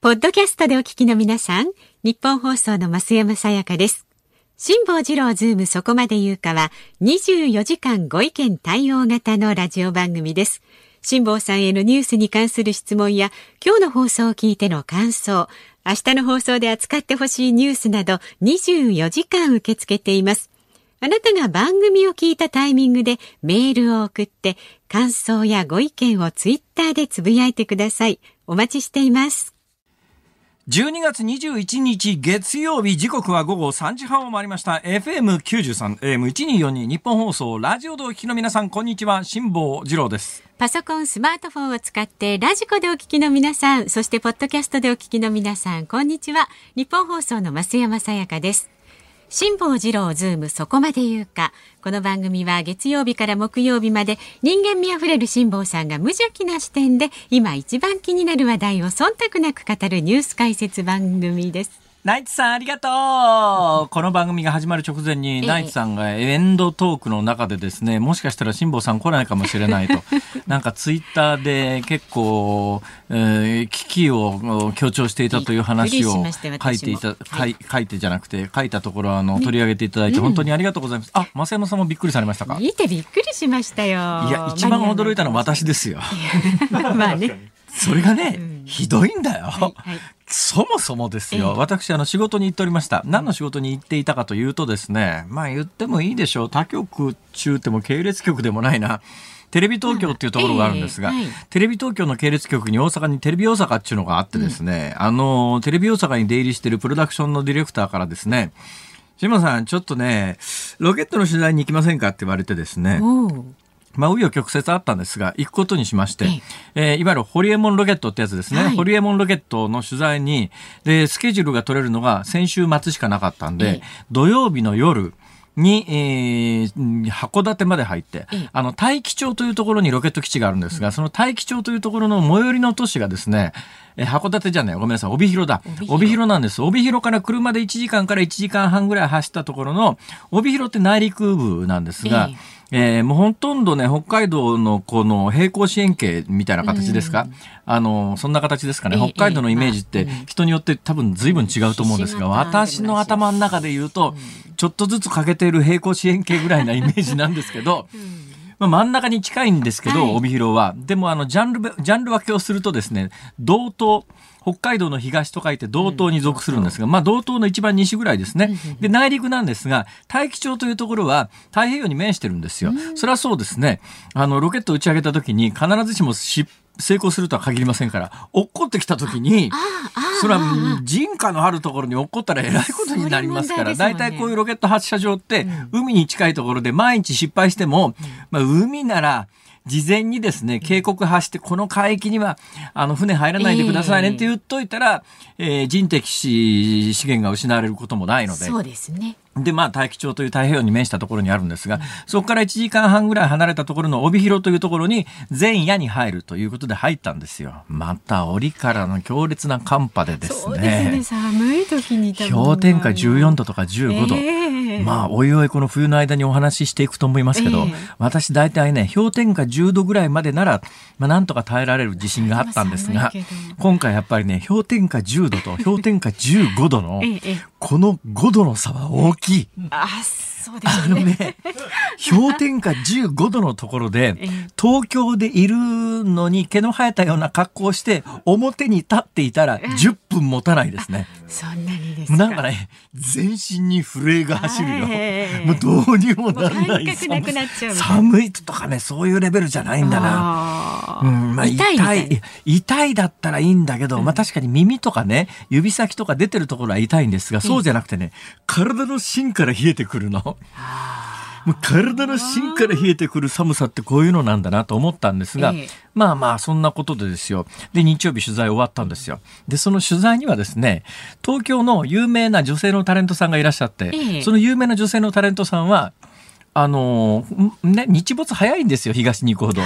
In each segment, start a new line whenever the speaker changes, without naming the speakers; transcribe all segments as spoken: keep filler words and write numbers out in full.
ポッドキャストでお聞きの皆さん、日本放送の増山さやかです。辛坊治郎ズームそこまで言うかはにじゅうよじかんご意見対応型のラジオ番組です。辛坊さんへのニュースに関する質問や今日の放送を聞いての感想、明日の放送で扱ってほしいニュースなどにじゅうよじかん受け付けています。あなたが番組を聞いたタイミングでメールを送って感想やご意見をツイッターでつぶやいてください。お待ちしています。
じゅうにがつにじゅういちにち月曜日、時刻は午後さんじはんを回りました。 エフエムきゅうじゅうさん エーエムせんにひゃくよんじゅうに 日本放送ラジオでお聞きの皆さん、こんにちは。辛坊治郎です。
パソコン、スマートフォンを使ってラジコでお聞きの皆さん、そしてポッドキャストでお聞きの皆さん、こんにちは。日本放送の増山さやかです。辛坊治郎ズームそこまで言うか。この番組は月曜日から木曜日まで人間味あふれる辛坊さんが無邪気な視点で今一番気になる話題を忖度なく語るニュース解説番組です。
ナイツさんありがとう。この番組が始まる直前に、ええ、ナイツさんがエンドトークの中でですね、もしかしたら辛坊さん来ないかもしれないとなんかツイッターで結構、えー、危機を強調していたという話を書いていた、はい、書いてじゃなくて書いたところあの取り上げていただいて本当にありがとうございます。うん、あ、増山さんもびっくりされましたか？
見てびっくりしましたよ。
いや、一番驚いたのは私ですよ
まあね、
それがね、うん、ひどいんだよ、はいはい、そもそもですよ、ええ、私あの仕事に行っておりました。何の仕事に行っていたかというとですね、まあ言ってもいいでしょう、他局中でも系列局でもないな、テレビ東京っていうところがあるんですが、ええはい、テレビ東京の系列局に大阪にテレビ大阪っていうのがあってですね、うん、あのテレビ大阪に出入りしているプロダクションのディレクターからですね、志麻さんちょっとねロケットの取材に行きませんかって言われてですね、まあ、紆余曲折あったんですが行くことにしまして、えー、いわゆるホリエモンロケットってやつですね、はい、ホリエモンロケットの取材にでスケジュールが取れるのが先週末しかなかったんで、土曜日の夜に、えー、函館まで入って、あの大樹町というところにロケット基地があるんですが、その大樹町というところの最寄りの都市がですね、え函館じゃないごめんなさい帯広だ帯広なんです。帯広から車でいちじかんからいちじかんはんぐらい走ったところの帯広って内陸部なんですが、えー、もうほとんどね北海道のこの平行四辺形みたいな形ですか、あのそんな形ですかね。北海道のイメージって人によって多分随分違うと思うんですが、私の頭の中で言うとちょっとずつ欠けている平行四辺形ぐらいなイメージなんですけどまあ、真ん中に近いんですけど、はい、帯広はでもあのジャンルジャンル分けをするとですね、道東北海道の東と書いて道東に属するんですが、うん、まあ道東の一番西ぐらいですね。で内陸なんですが、大樹町というところは太平洋に面してるんですよ。うん、それはそうですね。あのロケットを打ち上げた時に必ずしも失成功するとは限りませんから、落っこってきた時にそれは人家のあるところに落っこったらえらいことになりますから、だいたいこういうロケット発射場って海に近いところで毎日失敗しても、まあ、海なら事前にですね警告発してこの海域にはあの船入らないでくださいねって言っといたら、えー、人的資源が失われることもないので。
そうですね。
でまあ大樹町という太平洋に面したところにあるんですが、うん、そこからいちじかんはんぐらい離れたところの帯広というところに前夜に入るということで入ったんですよ。また折からの強烈な寒波でですね、
そうですね、寒い時にいた
氷点下じゅうよんどとかじゅうごど、えー、まあおいおいこの冬の間にお話ししていくと思いますけど、えー、私大体ね氷点下じゅうどぐらいまでなら、まあ、なんとか耐えられる自信があったんですが、今回やっぱりね氷点下じゅうどと氷点下じゅうごどのこのごどの差は大きい。
あ、そうですね。
あのね、氷点下じゅうごどのところで東京でいるのに毛の生えたような格好をして表に立っていたらじゅっぷん持たないですね。
そんなにですか。
なんかね全身に震えが走るよ。もうどうにもならない。
感覚なくなっちゃう。
寒いとかねそういうレベルじゃないんだな。うん、まあ、痛い痛い痛いだったらいいんだけど、うん、まあ確かに耳とかね指先とか出てるところは痛いんですが、そうじゃなくてね体の芯から冷えてくるの。もう体の芯から冷えてくる寒さってこういうのなんだなと思ったんですが、ええ、まあまあそんなことでですよ。で日曜日取材終わったんですよ。でその取材にはですね東京の有名な女性のタレントさんがいらっしゃって、ええ、その有名な女性のタレントさんはあのね、日没早いんですよ東に行くほど、はい、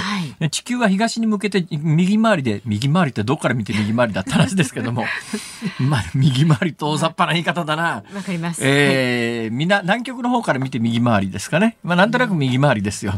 地球は東に向けて右回りで右回りってどっから見て右回りだった話ですけどもまあ右回りと大雑把な言い方だな。
わかります、
えーはい、みんな南極の方から見て右回りですかね、まあ、なんとなく右回りですよ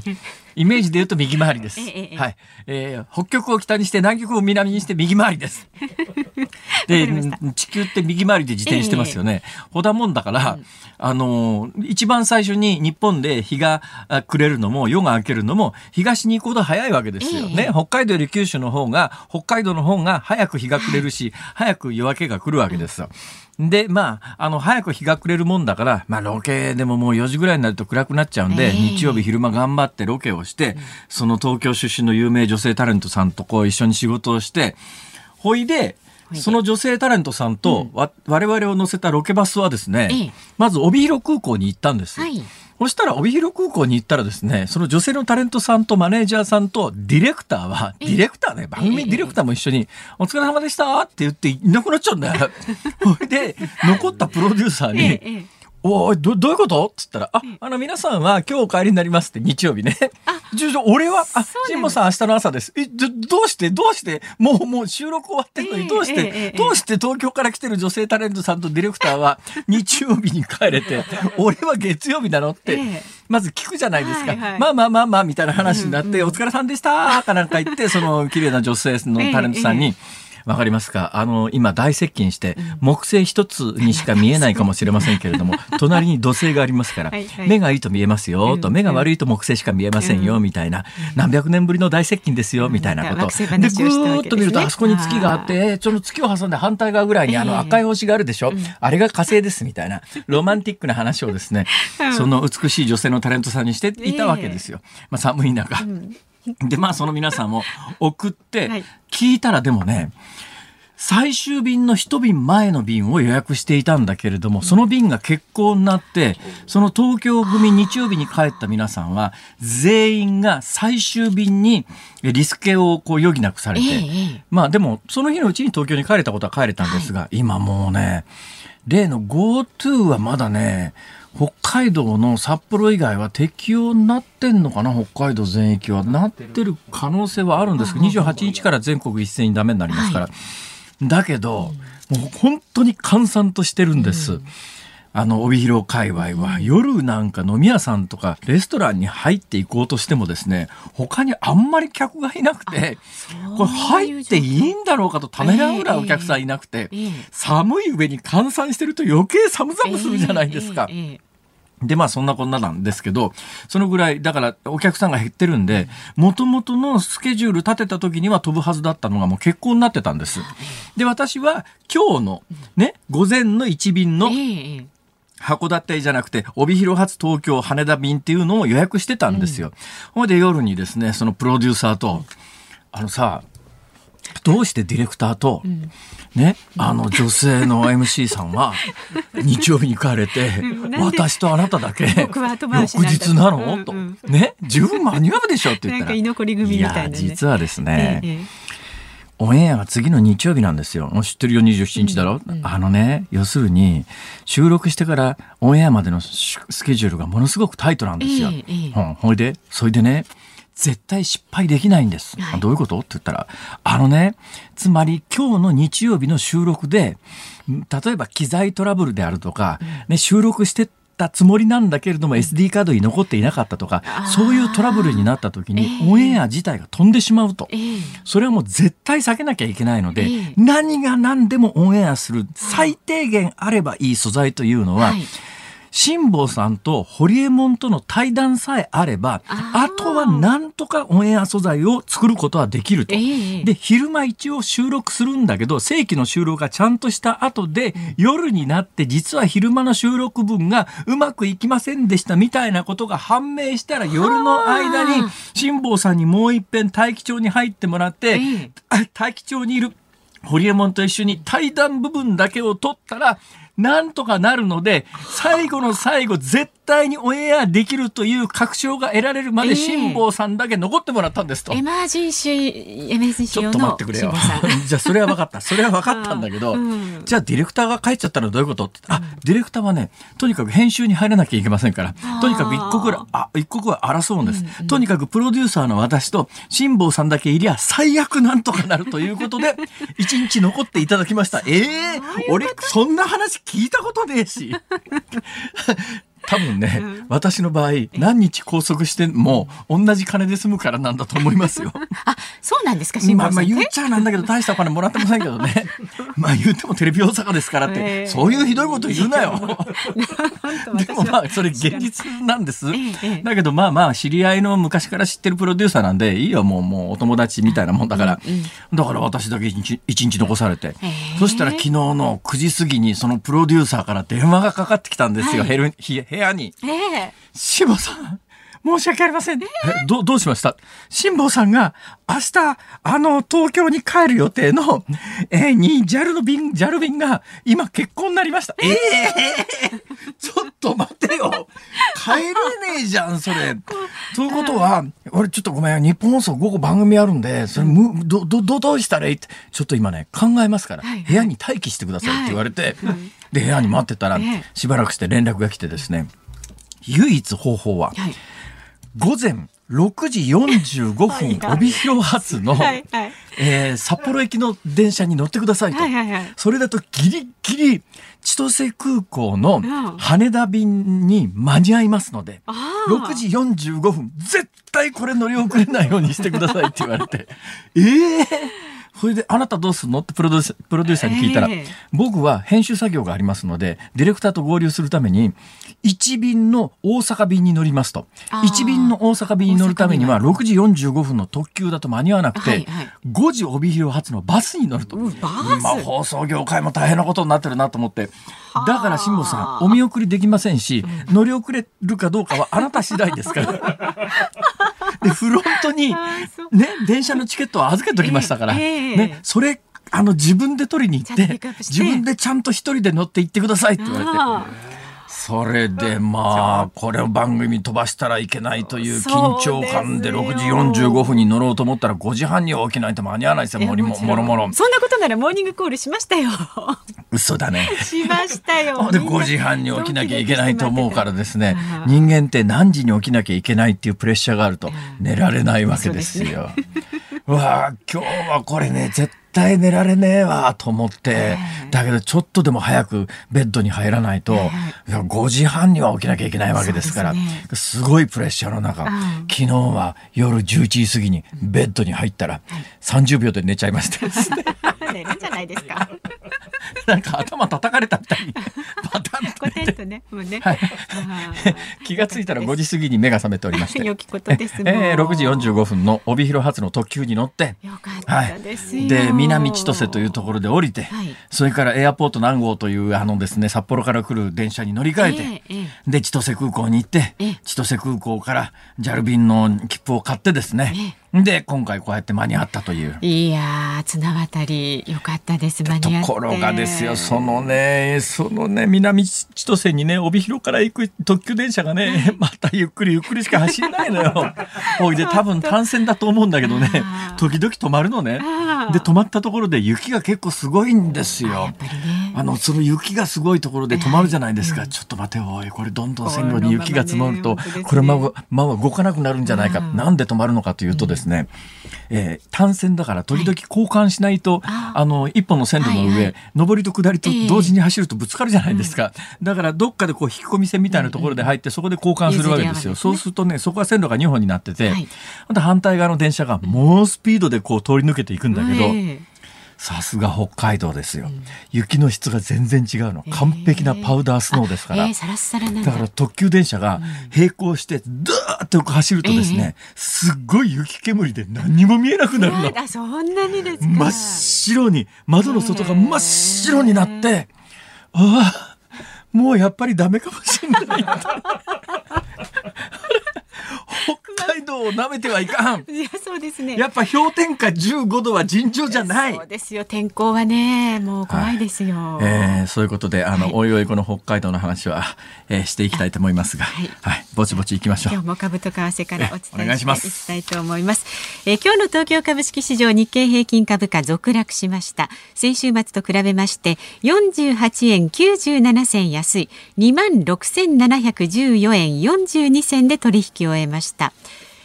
イメージで言うと右回りです。
ええ
はい。えー、北極を北にして南極を南にして右回りです。で、地球って右回りで自転してますよね。ええ、ほだもんだから、うん、あのー、一番最初に日本で日が暮れるのも夜が明けるのも東に行くほど早いわけですよね。ええ、北海道より九州の方が、北海道の方が早く日が暮れるし、早く夜明けが来るわけですよ。で、まあ、あの、早く日が暮れるもんだから、まあ、ロケでももうよじぐらいになると暗くなっちゃうんで、えー、日曜日昼間頑張ってロケをして、うん、その東京出身の有名女性タレントさんとこう一緒に仕事をして、ほいで、その女性タレントさんと、うん、我々を乗せたロケバスはですね、えー、まず帯広空港に行ったんです。はい、そしたら帯広空港に行ったらですね、その女性のタレントさんとマネージャーさんとディレクターは、ディレクターね、番組ディレクターも一緒に、お疲れ様でしたって言っていなくなっちゃうんだよ。で、残ったプロデューサーに、おい、ど、どういうことって言ったら、あ、あの、皆さんは今日お帰りになりますって日曜日ね。あ、俺は、あ、辛坊さん明日の朝です。え、ど、どうしてどうしてもう、もう収録終わってるのに、どうして、えー、どうして東京から来てる女性タレントさんとディレクターは日曜日に帰れて、俺は月曜日なのって、まず聞くじゃないですか。はいはい、まあまあまあまあ、みたいな話になって、うんうん、お疲れさんでしたかなんか言って、その綺麗な女性のタレントさんに、えーえーわかりますか？あの、今大接近して、木星一つにしか見えないかもしれませんけれども、隣に土星がありますから、はいはい、目がいいと見えますよ、と、目が悪いと木星しか見えませんよ、みたいな、何百年ぶりの大接近ですよ、みたいなこと。で、ぐーっと見ると、あそこに月があって、その月を挟んで反対側ぐらいにあの赤い星があるでしょ、あれが火星です、みたいな、ロマンティックな話をですね、その美しい女性のタレントさんにしていたわけですよ。まあ、寒い中。で、まあ、その皆さんも送って、聞いたらでもね、最終便の一便前の便を予約していたんだけれども、その便が欠航になって、その東京組日曜日に帰った皆さんは、全員が最終便にリスケをこう余儀なくされて、ええ、まあでも、その日のうちに東京に帰れたことは帰れたんですが、はい、今もうね、例の GoTo はまだね、北海道の札幌以外は適用になってんのかな。北海道全域はなってる可能性はあるんですけど、にじゅうはちにちから全国一斉にダメになりますから、はい、だけど、もう本当に閑散としてるんです、うん、あの帯広界隈は。夜なんか飲み屋さんとかレストランに入っていこうとしてもですね、他にあんまり客がいなくて、これ入っていいんだろうかとためらうぐらいお客さんいなくて、えーえー、寒い上に閑散してると余計寒々するじゃないですか、えーえーえーで、まあそんなこんななんですけど、そのぐらい、だからお客さんが減ってるんで、元々のスケジュール立てた時には飛ぶはずだったのがもう欠航になってたんです。で、私は今日のね、午前の一便の函館じゃなくて、帯広発東京羽田便っていうのを予約してたんですよ。ほいで夜にですね、そのプロデューサーと、あのさ、どうしてディレクターと、うんね、あの女性の エムシー さんは日曜日に帰れて、私とあなただけ翌日なの、うんうん、とね、十分間に合うでしょって言ったら、なんか居残り組みたいな、ね、いや実はですね、ええ、オンエアが次の日曜日なんですよ。知ってるよ、にじゅうしちにちだろ、うんうん、あのね、要するに収録してからオンエアまでのスケジュールがものすごくタイトなんですよ、ええうん、ほいでそれでね、絶対失敗できないんです、はい、どういうことって言ったら、あのね、つまり今日の日曜日の収録で、例えば機材トラブルであるとか、ね、収録してたつもりなんだけれども エスディー カードに残っていなかったとか、そういうトラブルになった時にオンエア自体が飛んでしまうと、それはもう絶対避けなきゃいけないので、何が何でもオンエアする最低限あればいい素材というのは、はい辛坊さんとホリエモンとの対談さえあれば、あとはなんとかオンエア素材を作ることはできると、えー、で昼間一応収録するんだけど、正規の収録がちゃんとした後で、うん、夜になって実は昼間の収録分がうまくいきませんでしたみたいなことが判明したら、夜の間に辛坊さんにもう一遍待機帳に入ってもらって、えー、待機帳にいるホリエモンと一緒に対談部分だけを取ったらなんとかなるので、最後の最後絶対にオンエアできるという確証が得られるまで辛坊さんだけ残ってもらったんですと、
えー、エマージェンシーエマージェンシー用の
ちょっと待ってくれよじゃあそれは分かったそれは分かったんだけど、うん、じゃあディレクターが帰っちゃったらどういうことって、うん、あディレクターはね、とにかく編集に入らなきゃいけませんから、とにかく一刻ぐらいあ一刻は争うんです、うんうん、とにかくプロデューサーの私と辛坊さんだけいりゃ最悪なんとかなるということで一日残っていただきました。えー、俺そんな話聞いたことねえし多分ね、うん、私の場合何日拘束しても同じ金で済むからなんだと思いますよ。
あ、そうなんですか。辛坊さん、
まあ、まあ言っちゃなんだけど大したお金もらってませんけどね。まあ言ってもテレビ大阪ですからって、えー、そういうひどいこと言うなよ。でもまあそれ現実なんです、えー、だけどまあまあ知り合いの昔から知ってるプロデューサーなんでいいよ、もうもうお友達みたいなもんだから、うんうん、だから私だけ一日、一日残されて、えー、そしたら昨日のくじ過ぎにそのプロデューサーから電話がかかってきたんですよ、はい、部屋に。えー、辛坊さん申し訳ありません。えー、ど, どうしました？辛坊さんが明日あの東京に帰る予定の、えー、に ジャル の便 ジャル 便が今欠航になりました。ええー、ちょっと待ってよ、帰れねえじゃんそれ。ということは俺ちょっとごめん、日本放送午後番組あるんでそれむどどどどうしたらいいってちょっと今ね考えますから、はいはい、部屋に待機してくださいって言われて、はい、で部屋に待ってたら、えー、しばらくして連絡が来てですね、唯一方法は、はい、午前ろくじよんじゅうごふん帯広発の、はいはい、えー、札幌駅の電車に乗ってくださいと、はいはいはい、それだとギリギリ千歳空港の羽田便に間に合いますので、うん、ろくじよんじゅうごふん絶対これ乗り遅れないようにしてくださいって言われてえーそれであなたどうするのってプロデューサー、プロデューサーに聞いたら、えー、僕は編集作業がありますのでディレクターと合流するためにいち便の大阪便に乗りますと。いち便の大阪便に乗るためにはろくじよんじゅうごふんの特急だと間に合わなくて、はいはい、ごじ帯広発のバスに乗ると、うん、今放送業界も大変なことになってるなと思って、だから辛坊さんお見送りできませんし、うん、乗り遅れるかどうかはあなた次第ですからでフロントに、ね、電車のチケットを預けときましたから、えーえーね、それあの自分で取りに行って自分でちゃんと一人で乗って行ってくださいって言われて、それでまあこれを番組飛ばしたらいけないという緊張感でろくじよんじゅうごふんに乗ろうと思ったらごじはんには起きないと間に合わないですよ。もりももろもろ。
そんなことならモーニングコールしましたよ。
嘘だね。
しましたよ。
でごじはんに起きなきゃいけないと思うからですね、人間って何時に起きなきゃいけないっていうプレッシャーがあると寝られないわけですよ。うわあ今日はこれね絶対寝られねえわと思って、だけどちょっとでも早くベッドに入らないと、いやごじはんには起きなきゃいけないわけですから、 す,、ね、すごいプレッシャーの中、昨日は夜じゅういちじ過ぎにベッドに入ったらさんじゅうびょうで寝ちゃいましてですね
寝るんじゃないですか
なんか頭叩かれたみたいにパタンと寝て、
コテンとね、もうね、
はい、気がついたらごじ過ぎに目が覚めておりまして
良きことです。
えー、ろくじよんじゅうごふんの帯広発の特急に乗って
よかったですよ、
はい、で南千歳というところで降りて、はい、それからエアポート南号というあのですね札幌から来る電車に乗り換えて、えーえー、で千歳空港に行って、えー、千歳空港から ジャル 便の切符を買ってですね、えー、で今回こうやって間に合ったという。
いや綱渡りよかったです。間に合って。
ところがですよ、そのねそのね南千歳にね帯広から行く特急電車がねまたゆっくりゆっくりしか走んないのよ。おいで多分単線だと思うんだけどね時々止まるのね。で止まったところで雪が結構すごいんですよ。 あ, やっぱり、ね、あのその雪がすごいところで止まるじゃないですか、うん、ちょっと待てよおいこれどんどん線路に雪が積もるとこれ 間, 間は動かなくなるんじゃないか、うん、なんで止まるのかというとですね、うんえー、単線だから時々交換しないと、はい、あの一本の線路の上、はいはい、上りと下りと同時に走るとぶつかるじゃないですか、えー、だからどっかでこう引き込み線みたいなところで入って、うん、そこで交換するわけですよ、ね、そうするとねそこは線路がにほんになってて、はい、また反対側の電車が猛スピードでこう通り抜けていくんだけど、さすが北海道ですよ、うん、雪の質が全然違うの、完璧なパウダースノーですから、
えー、サラッサラなんだ。
だから特急電車が並行してドーッと走るとですね、えー、すっごい雪煙で何にも見えなくなるの。
あ、そんなにですか。
真っ白に窓の外が真っ白になって、えー、ああもうやっぱりダメかもしれない北海道を舐めてはいかん。
いやそうですね。
やっぱ氷点下じゅうごどは尋常じゃない。
そうですよ。天候はねもう怖いですよ、
はいえー、そういうことであの、はい、おいおいこの北海道の話は、えー、していきたいと思いますが、はいはい、ぼちぼち行きましょう。
今日も株と為替からお伝えしていきたいと思います。えー、今日の東京株式市場日経平均株価続落しました。先週末と比べましてよんじゅうはちえんきゅうじゅうななせん安い にまんろくせんななひゃくじゅうよえんよんじゅうにせんで取引を終えました。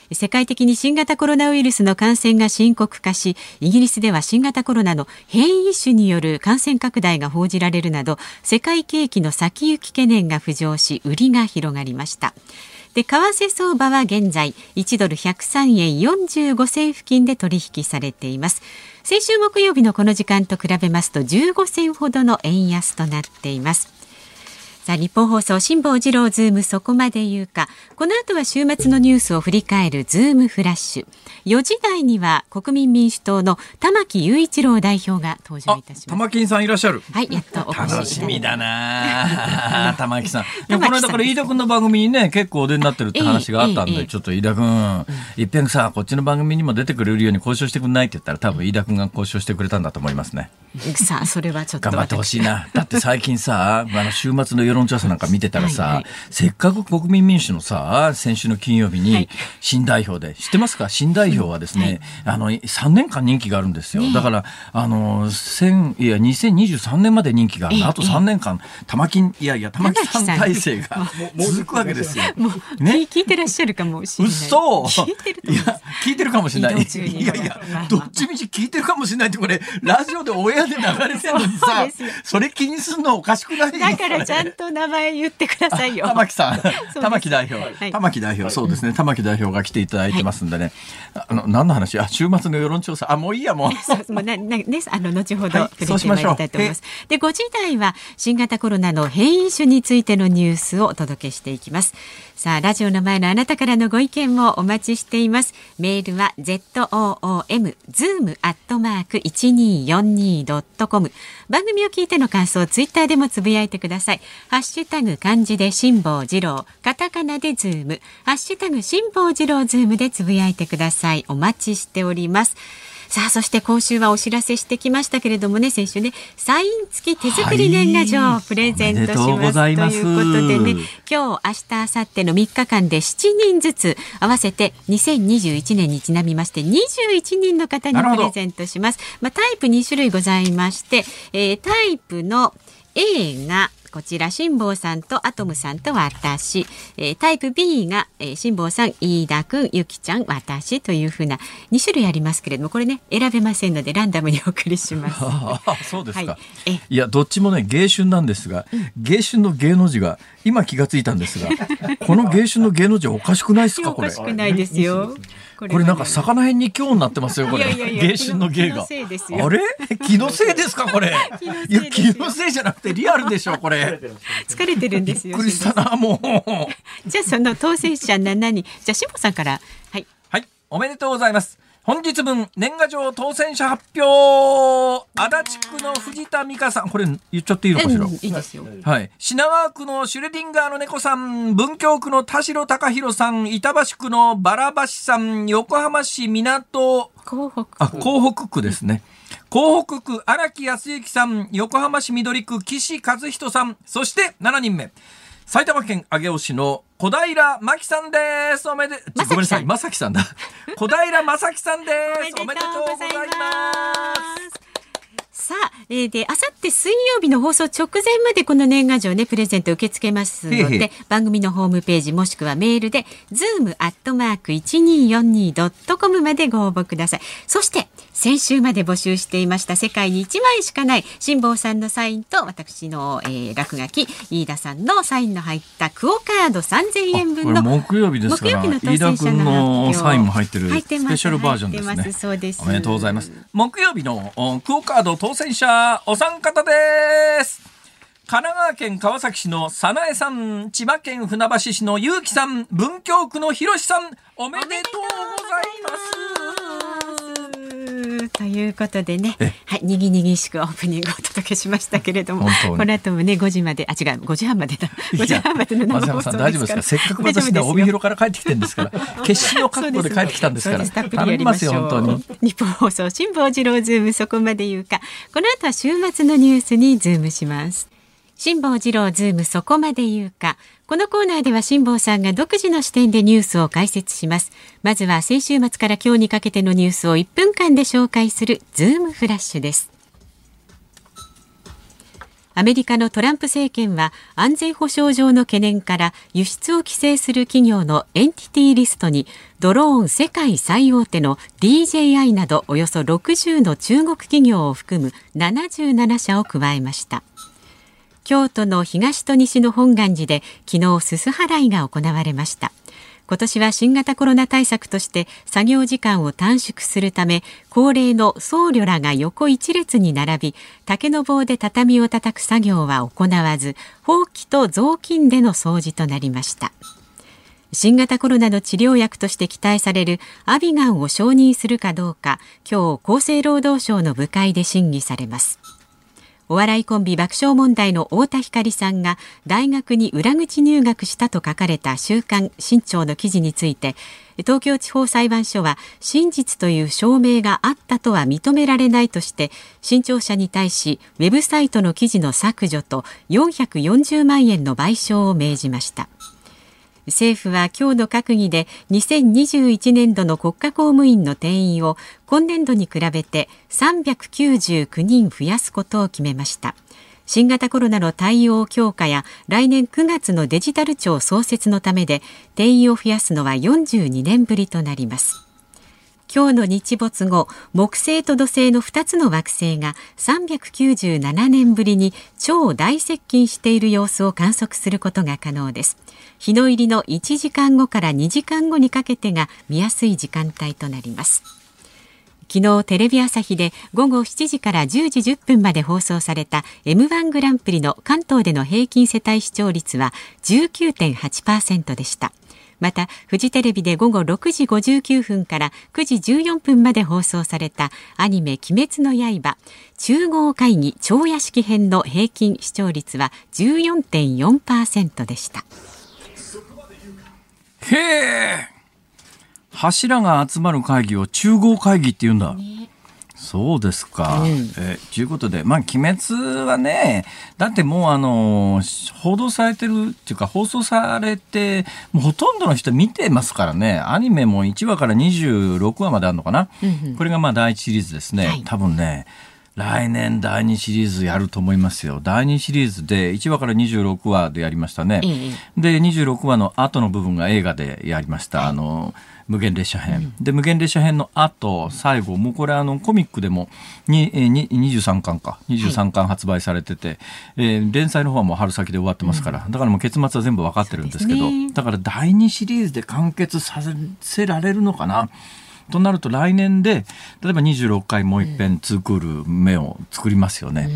世界的に新型コロナウイルスの感染が深刻化し、イギリスでは新型コロナの変異種による感染拡大が報じられるなど、世界景気の先行き懸念が浮上し、売りが広がりました。で、為替相場は現在いちドルひゃくさんえんよんじゅうごせん付近で取引されています。先週木曜日のこの時間と比べますとじゅうごせんほどの円安となっています。さあ、日本放送辛坊治郎ズームそこまで言うか。この後は週末のニュースを振り返るズームフラッシュ。よじ台には国民民主党の玉木雄一郎代表が登場いたします。
玉木さんいらっしゃる。
はい、やっとお越し。
楽しみだな玉木さん。いや、この間から飯田君の番組にね、結構お出になってるって話があったんで、ええええ、ちょっと飯田君、うん、いっぺんさ、こっちの番組にも出てくれるように交渉してくれないって言ったら、多分飯田君が交渉してくれたんだと思いますね。
さあ、それはちょっと
頑張ってほしいな。だって最近さ、あの週末の世論調査なんか見てたらさ、はいはい、せっかく国民民主のさ、先週の金曜日に新代表で、はい、知ってますか？新代表はですね、はい、あのさんねんかん任期があるんですよ。ね、だからあの千いやにせんにじゅうさんねんまで任期がある、あとさんねんかん玉木いやいや玉木さん体制が続くわけですよ。
もう、ね、聞いてらっしゃるかもしれない。
嘘。
聞いてると
いや聞いてるかもしれない。いやいや、まあまあ、どっちみち聞いてるかもしれないって、これラジオでオンエアで流れてるのにさ、そ, それ気にすんのおかしくない？
だからちゃんと名前言ってくださいよ。
玉木さん、玉木代表、はい、玉木代表、そうですね、玉木代表が来ていただいてますんでね、はい、あの何の話？あ、週末の世論調査、あ、もういいや、もう。そうもうなな、ね、あの後ほど触れてまいりたいと思います。はい、で、ごじ台は新型コロナの変異種についてのニュースをお届けしていきます。さあ、ラジオの前のあなたからのご意見もお待ちしています。メールは ズーム ズーム アットマーク いちにーよんにー ドットコム。番組を聞いての感想をツイッターでもつぶやいてください。ハッシュタグ漢字で辛坊治郎、カタカナでズーム、ハッシュタグ辛坊治郎ズームでつぶやいてください。お待ちしております。さあ、そして今週はお知らせしてきましたけれどもね、先週ね、サイン付き手作り年賀状をプレゼントします、はい、ということでね、今日、明日、明後日のみっかかんでしちにんずつ合わせてにせんにじゅういちねんにちなみましてにじゅういちにんの方にプレゼントします。まあ、タイプにしゅるいございまして、えー、タイプの A がこちら辛坊さんとアトムさんと私、えー、タイプ B が、えー、辛坊さん、飯田くん、ゆきちゃん、私というふうなにしゅるいありますけれども、これね選べませんのでランダムにお送りします。 そうですか。はい、えいやどっちもね芸春なんですが、うん、芸春の芸の字が今気がついたんですがこの芸春の芸の字はおかしくないですか？これお
かしくないですよ。
これ, これなんか魚辺に今日になってますよ。これいやいやいや芸春の芸があれ気のせいですか？これいや気のせいじゃなくてリアルでしょこれ。
疲れてるんですよ。
びっくりしたなも
う。じゃあその当選者ななにん、じゃあ辛坊さんからはい、
はい、おめでとうございます。本日分年賀状当選者発表。足立区の藤田美香さん、これ言っちゃっていいのかしら？うん、い
いですよ。
はい。品川区のシュレディンガーの猫さん、文京区の田代貴弘さん、板橋区のバラバシさん、横浜市港
港北区、
あ、港北区ですね。港北区荒木康之さん、横浜市緑区岸和人さん、そしてしちにんめ埼玉県上尾市の小平真希さんです。おめでごめんなさい、正樹さんだ。小平正樹さんです。おめでとうございます。
さあ、えー、で、あさって水曜日の放送直前までこの年賀状ね、プレゼント受け付けますので、へへ番組のホームページもしくはメールで、ズーム アットマーク いちにーよんにー ドットコム までご応募ください。そして、先週まで募集していました世界にいちまいしかない辛坊さんのサインと私の、えー、落書き、飯田さんのサインの入ったクオカードさんぜんえんぶんの
木曜日ですから、飯田君のサインも入ってるスペシャルバージョンですね。
そうです。
おめでとうございます。木曜日のクオカード当選者お三方です。神奈川県川崎市の早苗さん、千葉県船橋市の結城さん、文京区の広志さん、おめでとうございます。
ということでね、はい、にぎにぎしくオープニングをお届けしましたけれども、この後もねごじまで、あ違うごじはんまでだごじはんまでの生放送ですから。
大丈夫ですか？せっかく私ね帯広から帰ってきてるんですから決死の覚悟で帰ってきたんですから、
たっぷりやりましょう。頼みますよ本当に。日本放送辛坊治郎ズームそこまで言うか。この後は週末のニュースにズームします。辛坊治郎ズームそこまで言うか。このコーナーでは辛坊さんが独自の視点でニュースを解説します。まずは先週末から今日にかけてのニュースをいっぷんかんで紹介するズームフラッシュです。 アメリカのトランプ政権は安全保障上の懸念から輸出を規制する企業のエンティティリストにドローン世界最大手の ディージェーアイ などおよそろくじゅうの中国企業を含むななじゅうななしゃを加えました。京都の東と西の本願寺で昨日すす払いが行われました。今年は新型コロナ対策として作業時間を短縮するため、恒例の僧侶らが横一列に並び、竹の棒で畳を叩く作業は行わず、ほうきと雑巾での掃除となりました。新型コロナの治療薬として期待されるアビガンを承認するかどうか、今日厚生労働省の部会で審議されます。お笑いコンビ爆笑問題の太田光さんが大学に裏口入学したと書かれた週刊新潮の記事について、東京地方裁判所は真実という証明があったとは認められないとして、新潮社に対しウェブサイトの記事の削除とよんひゃくよんじゅうまんえんの賠償を命じました。政府は今日の閣議でにせんにじゅういちねんどの国家公務員の定員を今年度に比べてさんびゃくきゅうじゅうきゅうにん増やすことを決めました。新型コロナの対応強化や来年くがつのデジタル庁創設のためで定員を増やすのはよんじゅうにねんぶりとなります。今日の日没後、木星と土星のふたつの惑星がさんびゃくきゅうじゅうななねんぶりに超大接近している様子を観測することが可能です。日の入りのいちじかんごからにじかんごにかけてが見やすい時間帯となります。昨日テレビ朝日で午後しちじからじゅうじじゅっぷんまで放送された エムワン グランプリの関東での平均世帯視聴率は じゅうきゅうてんはちパーセント でした。またフジテレビで午後ろくじごじゅうきゅうふんからくじじゅうよんぷんまで放送されたアニメ鬼滅の刃中合会議超屋敷編の平均視聴率は じゅうよんてんよんパーセント でした。
へえ、柱が集まる会議を中合会議って言うんだ、ね、そうですか、うん、えということで、まあ、鬼滅はね、だってもうあの報道されてるっていうか放送されてもうほとんどの人見てますからね。アニメもいちわからにじゅうろくわまであるのかな、うんうん、これがまあだいいちシリーズですね、はい、多分ね来年だいにシリーズやると思いますよ。だいにシリーズでいちわからにじゅうろくわでやりましたね、うん、でにじゅうろくわの後の部分が映画でやりました、はい、あの無限列車編、うん、で無限列車編の後最後もうこれあのコミックでもにににじゅうさんかんかにじゅうさんかん発売されてて、はい、えー、連載の方はもう春先で終わってますから、うん、だからもう結末は全部分かってるんですけど、ね、だからだいにシリーズで完結させられるのかなとなると来年で例えばにじゅうろっかいもう一遍ツークール目を作りますよね、うん、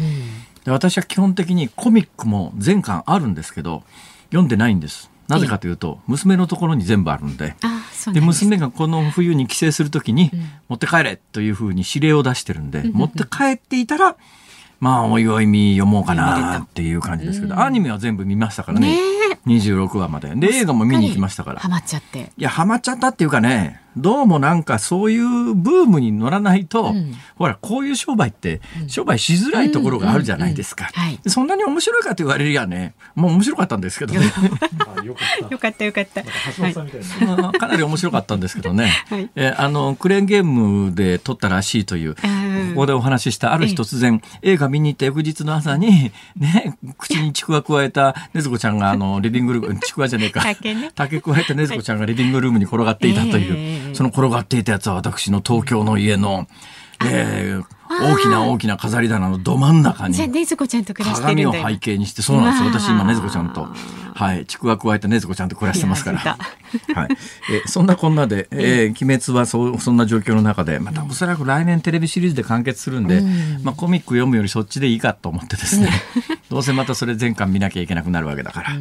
で私は基本的にコミックも全巻あるんですけど読んでないんです。なぜかというと娘のところに全部あるん で, ああで娘がこの冬に帰省するときに、うん、持って帰れというふうに指令を出してるんで、うん、持って帰っていたらまあおいおいみ読もうかなっていう感じですけど、うん、アニメは全部見ましたからね、ねにじゅうろくわまでで映画も見に行きましたから。
ハマっちゃって。
いやハマっちゃったっていうかね、どうもなんかそういうブームに乗らないと、うん、ほらこういう商売って商売しづらいところがあるじゃないですか、そんなに面白いかと言われるやね、もう面白かったんですけどね
よかったよかった、
はい、かなり面白かったんですけどね、はい、えあのクレーンゲームで撮ったらしいという、ここでお話ししたある日突然映画見に行った翌日の朝に、ね、口にちくわ加えたねずこちゃんがあのリビングルームちくわじゃねえか竹、ね、竹加えたねずこちゃんがリビングルームに転がっていたという、えー、その転がっていたやつは私の東京の家の、えー、大きな大きな飾り棚のど真ん中に
じゃあねずこちゃんと暮らしてるんだよ。
鏡を背景にして、そうなんです。私今ねずこちゃんと、はい、ちくわ加えたねずこちゃんと暮らしてますから、はい、えそんなこんなで、えー、鬼滅は そ, そんな状況の中でまたおそらく来年テレビシリーズで完結するんで、うん、まあ、コミック読むよりそっちでいいかと思ってですね、うん、どうせまたそれ全巻見なきゃいけなくなるわけだから、うん、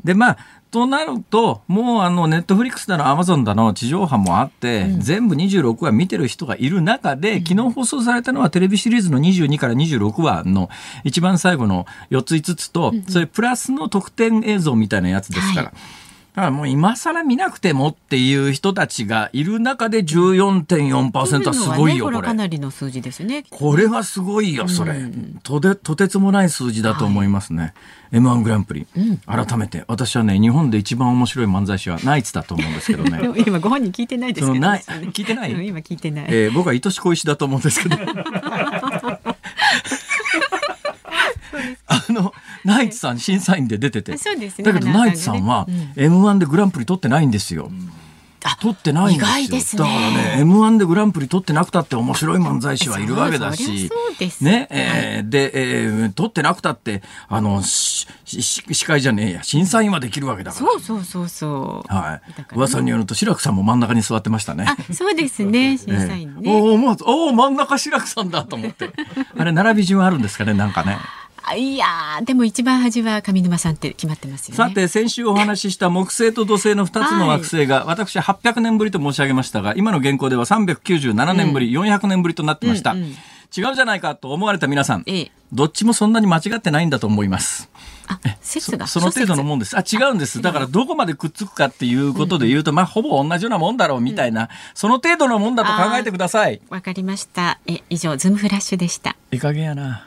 でまあとなるともうあのネットフリックスだのアマゾンだの地上波もあって、うん、全部にじゅうろくわ見てる人がいる中で、うん、昨日放送されたのはテレビシリーズのにじゅうにからにじゅうろくわの一番最後のよっついつつと、うん、それプラスの特典映像みたいなやつですから、はい、だからもう今更見なくてもっていう人たちがいる中で じゅうよんてんよんパーセント はすごいよ、これ。
これかなりの数字ですね。
これはすごいよ、それ。うん、と, でとてつもない数字だと思いますね。はい、エムワン グランプリ、うん、改めて私はね日本で一番面白い漫才師はナイツだと思うんですけどね
今ご本人聞いてないですけど、ね、
聞いてない
今聞いてない、
えー、僕は愛し小石だと思うんですけどあのナイツさん審査員で出てて、
そうですね、
だけどナイツさんは エムワン でグランプリ取ってないんですよ、うん、取ってないんですよ。
意外ですね。
だからね エムワン でグランプリ取ってなくたって面白い漫才師はいるわけだし、ね、えー、で、えー、取ってなくたってあのしし司会じゃねえや審査員はできるわけだから。
そうそうそうそう、
はい、噂によると志らくさんも真ん中に座ってましたね。
あ、そうですね、審査員ね。
お思わずお真ん中志らくさんだと思ってあれ並び順あるんですかね、なんかね。
いやでも一番端は上沼さんって決まってますよね。
さて先週お話しした木星と土星のふたつの惑星が、はい、私ははっぴゃくねんぶりと申し上げましたが、今の現行ではさんびゃくきゅうじゅうななねんぶり、うん、よんひゃくねんぶりとなってました、うんうん、違うじゃないかと思われた皆さん、ええ、どっちもそんなに間違ってないんだと思います。
あ、説が
そ, その程度のもんです。あ、違うんです。だからどこまでくっつくかっていうことで言うと、うん、まあほぼ同じようなもんだろうみたいな、うん、その程度のもんだと考えてください。
わかりました。え以上ズームフラッシュでした。
いい加減やな。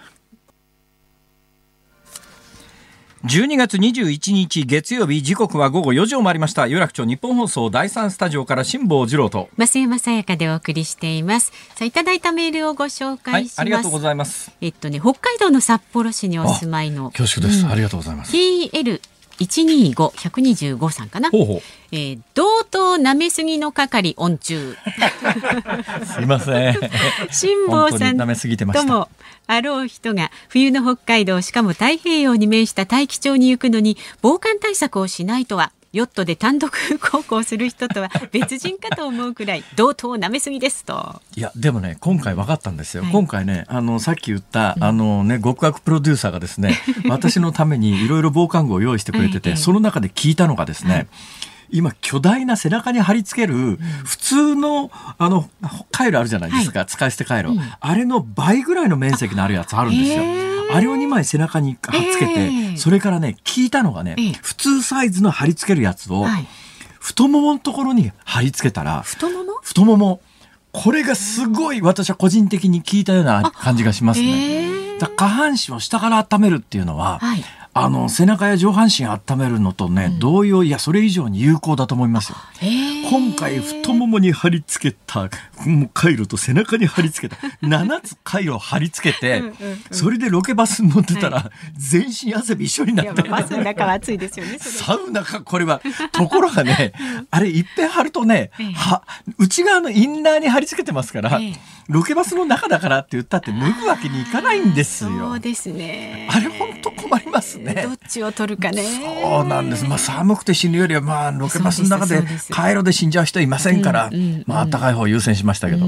じゅうにがつにじゅういちにち月曜日、時刻は午後よじを回りました。有楽町日本放送だいさんスタジオから辛坊治郎と
増山さやかでお送りしています。さあ、いただいたメールをご紹介します。
はい、ありがとうございます。
えっとね、北海道の札幌市にお住まいの
恐縮です、うん、ありがとうございます。 ティーエルいちにーごいちにじゅうご さんかな。 ほうほう、
えー、道東なめすぎの係音中
すいません、
辛坊さんともあろう人が冬の北海道、しかも太平洋に面した大樹町に行くのに防寒対策をしないとは、ヨットで単独航行する人とは別人かと思うくらい道東をなめすぎですと。
いやでもね、今回分かったんですよ、はい、今回ね、あのさっき言ったあの、ね、極悪プロデューサーがですね私のためにいろいろ防寒具を用意してくれてて、はい、その中で聞いたのがですね、はい、今巨大な背中に貼り付ける普通のあのカイロあるじゃないですか、はい、使い捨てカイロ、うん、あれの倍ぐらいの面積のあるやつあるんですよ。あれをにまい背中に貼っつけて、えー、それからね聞いたのがね、えー、普通サイズの貼り付けるやつを、はい、太もものところに貼り付けたら、
太もも
太ももこれがすごい私は個人的に聞いたような感じがしますね、えー、だ下半身を下から温めるっていうのは、はい、あの背中や上半身を温めるのとね、うん、同様、いやそれ以上に有効だと思いますよ。今回太ももに貼り付けたもうカイロと背中に貼り付けたななつカイロを貼り付けてうんうん、うん、それでロケバスに乗ってたら、はい、全身汗び一緒になって、
バスの中は暑いですよね。それ
サウナかこれは。ところがねあれいっぺん貼るとね、ええ、は内側のインナーに貼り付けてますから、ええ、ロケバスの中だからって言ったって脱ぐわけにいかないんですよ。
そうですね。
あれ本当困りますね。
どっちを取るかね。
そうなんです、まあ、寒くて死ぬよりは、まあ、ロケバスの中でカイロで死んじゃう人いませんから、うんうんうん、まあ暖かい方を優先しましたけど、うん、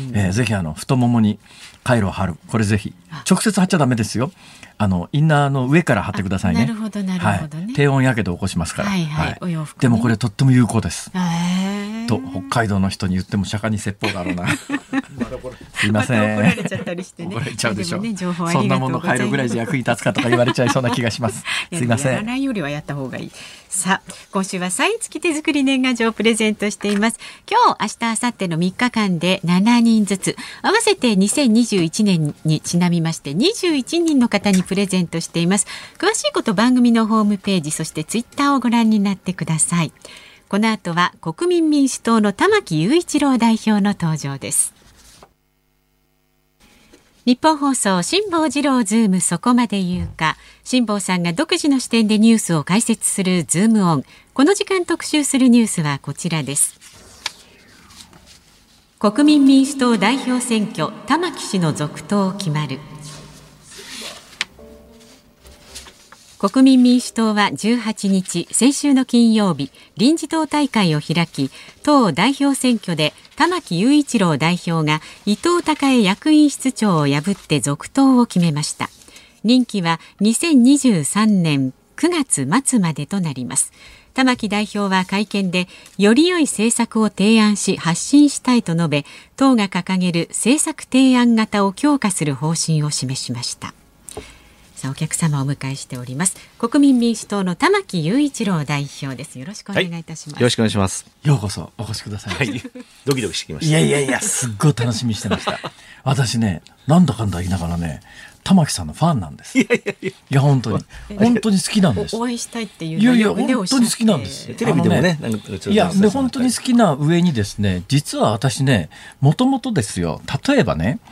えー、ぜひあの太ももにカイロを貼る、これぜひ直接貼っちゃダメですよ。あのインナーの上から貼ってくださいね。
なるほどなるほどね、
はい、低温やけどを起こしますから、
はいはいはい、お洋服ね、
でもこれとっても有効です、
えー、
と北海道の人に言っても釈迦に説法があるなすいません、
また怒られちゃったりしてね。
怒られちゃうでしょ、
ね、情報
そんなものカイロぐらいじゃ役に立つかとか言われちゃいそうな気がしますすいません。
やらないよりはやった方がいい。さあ今週はサイン付き手作り年賀状をプレゼントしています。今日明日明後日のみっかかんでしちにんずつ、合わせてにせんにじゅういちねんにちなみましてにじゅういちにんの方にプレゼントしています。詳しいこと番組のホームページ、そしてツイッターをご覧になってください。この後は国民民主党の玉木雄一郎代表の登場です。日本放送辛坊治郎ズームそこまで言うか、辛坊さんが独自の視点でニュースを解説するズームオン。この時間特集するニュースはこちらです。国民民主党代表選挙、玉木氏の続投決まる。国民民主党はじゅうはちにち、先週の金曜日、臨時党大会を開き、党代表選挙で玉木雄一郎代表が伊藤孝恵役員室長を破って続投を決めました。任期はにせんにじゅうさんねんくがつまつまでとなります。玉木代表は会見で、より良い政策を提案し発信したいと述べ、党が掲げる政策提案型を強化する方針を示しました。お客様をお迎えしております。国民民主党の玉木雄一郎代表です。よろしくお願いいたします。はい、
よろしくお願いします。
ようこそお越しください。はい、
ドキドキしてきました。
いやいやいや、すっごい楽しみにしてました。私ね、なんだかんだ言いながらね、玉木さんのファンなんです。いやいやいや、いや本当に本当に好きなんです。
お会いしたいっていう。
いやいや本当に好きなんです。
テレビでもね、
なんかいやで本当に好きな上にですね、実は私ね、もともとですよ。例えばね。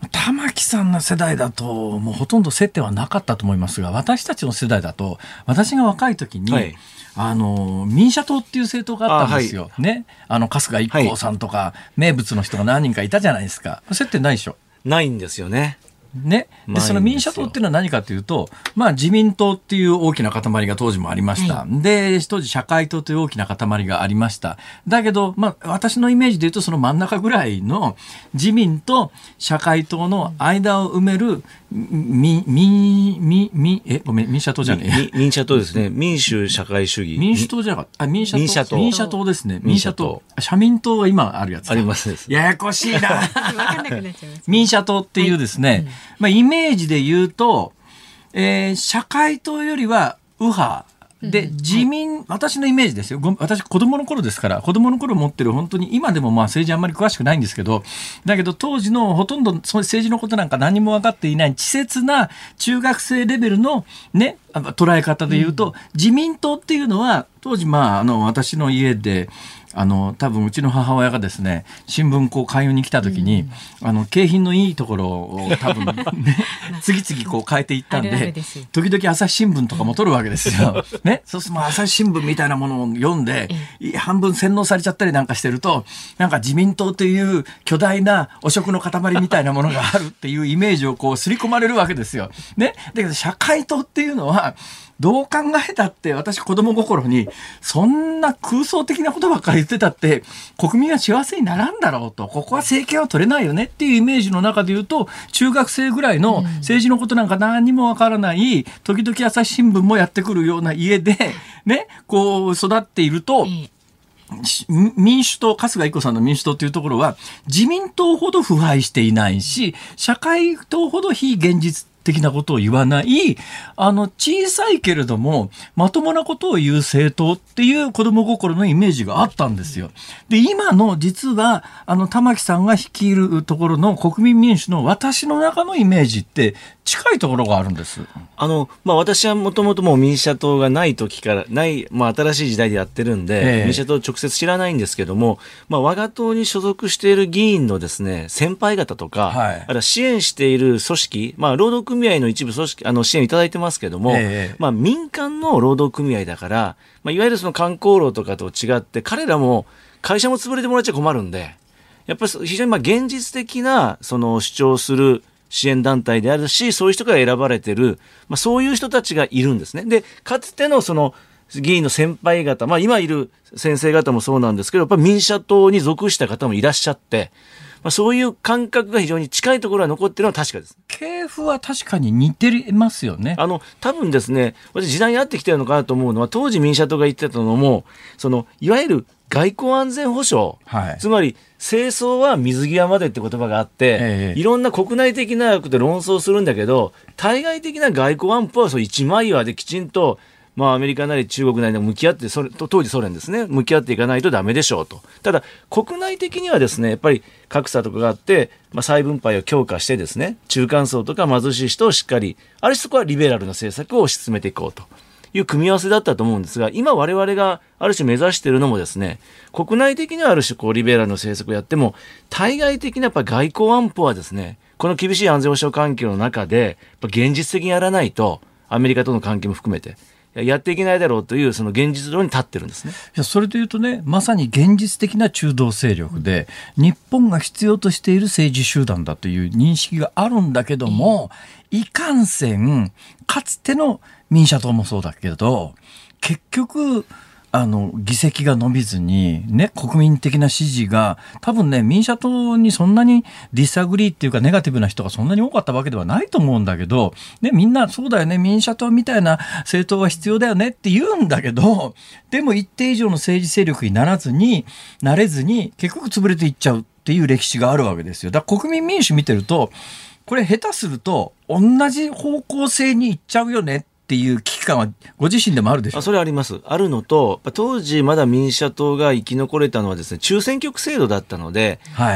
玉木さんの世代だともうほとんど接点はなかったと思いますが、私たちの世代だと、私が若い時に、はい、あの民社党っていう政党があったんですよ、はい、ね、あの春日一行さんとか、はい、名物の人が何人かいたじゃないですか。接点ないでしょ。
ないんですよね。
ね、でその民社党っていうのは何かというと、まあ、自民党っていう大きな塊が当時もありました、はい、で当時社会党という大きな塊がありました。だけど、まあ、私のイメージでいうとその真ん中ぐらいの自民と社会党の間を埋めるみみみみえごめん民社党じゃね
え民社党ですね。民主社会主義
民主党じゃなかったあ民社党
民社党
民社党ですね。民社党社民党が今あるやつ
ありますです。
ややこしいな分かんなくなっちゃいます。民社党っていうですね、はい、うん、まあ、イメージで言うと、えー、社会党よりは右派で、うん、自民、はい、私のイメージですよ。私子供の頃ですから、子供の頃持ってる本当に今でもまあ政治あんまり詳しくないんですけど、だけど当時のほとんどその政治のことなんか何も分かっていない稚拙な中学生レベルのね、捉え方で言うと、うん、自民党っていうのは当時まああの私の家であの多分うちの母親がですね新聞こう買いに来た時に、うん、あの景品のいいところを多分、ね、次々こう変えていったん で, あるあるです時々朝日新聞とかも取るわけですよ、ね、そうすると朝日新聞みたいなものを読んで、うん、半分洗脳されちゃったりなんかしてると、なんか自民党という巨大な汚職の塊みたいなものがあるっていうイメージをこう刷り込まれるわけですよ、ね、だけど社会党っていうのはどう考えたって私子供心にそんな空想的なことばっかり言ってたって国民は幸せにならんだろうと、ここは政権は取れないよねっていうイメージの中で言うと、中学生ぐらいの政治のことなんか何にもわからない、時々朝日新聞もやってくるような家でね、こう育っていると、民主党、春日一行さんの民主党というところは自民党ほど腐敗していないし、社会党ほど非現実的なことを言わない、あの小さいけれどもまともなことを言う政党っていう子供心のイメージがあったんですよ。で今の実はあの玉木さんが率いるところの国民民主の私の中のイメージって近いところがあるんです。
あの、まあ、私はもともともう民社党がない時からない、まあ、新しい時代でやってるんで、えー、民社党直接知らないんですけども、まあ、我が党に所属している議員のですね先輩方とか、はい、あるいは支援している組織、まあ、労働組合の一部組織あの支援いただいてますけども、えーまあ、民間の労働組合だから、まあ、いわゆるその官公労とかと違って彼らも会社も潰れてもらっちゃ困るんで、やっぱり非常にまあ現実的なその主張する支援団体であるし、そういう人から選ばれてる、まあ、そういう人たちがいるんですね。でかつてのその議員の先輩方、まあ、今いる先生方もそうなんですけど、やっぱり民社党に属した方もいらっしゃって、まあ、そういう感覚が非常に近いところが残っているのは確かです。
系譜は確かに似てますよね。
あの多分ですね、私時代に合ってきてるのかなと思うのは、当時民社党が言ってたのも、そのいわゆる外交安全保障、はい、つまり戦争は水際までって言葉があって、ええ、いろんな国内的なことで論争するんだけど、対外的な外交安保はそう一枚岩できちんと、まあ、アメリカなり中国なりで向き合って、それと当時ソ連ですね、向き合っていかないとダメでしょうと。ただ国内的にはですね、やっぱり格差とかがあって、まあ、再分配を強化してですね、中間層とか貧しい人をしっかり、ある種そこはリベラルな政策を推し進めていこうという組み合わせだったと思うんですが、今我々がある種目指しているのもですね、国内的にはある種こうリベラルな政策をやっても、対外的なやっぱ外交安保はですね、この厳しい安全保障環境の中でやっぱ現実的にやらないと、アメリカとの関係も含めてやっていけないだろうという、その現実論に立ってるんですね。
いや、それでいうとね、まさに現実的な中道勢力で、日本が必要としている政治集団だという認識があるんだけども、いかんせんかつての民社党もそうだけど、結局あの議席が伸びずにね、国民的な支持が多分ね、民社党にそんなにディスアグリーっていうかネガティブな人がそんなに多かったわけではないと思うんだけど、ね、みんなそうだよね、民社党みたいな政党が必要だよねって言うんだけど、でも一定以上の政治勢力にならずになれずに結局潰れていっちゃうっていう歴史があるわけですよ。だから国民民主見てると、これ下手すると同じ方向性に行っちゃうよねっていう危機感はご自身でもあるでしょう。
あ、それあります。あるのと、当時まだ民社党が生き残れたのはですね、中選挙区制度だったので、はい、一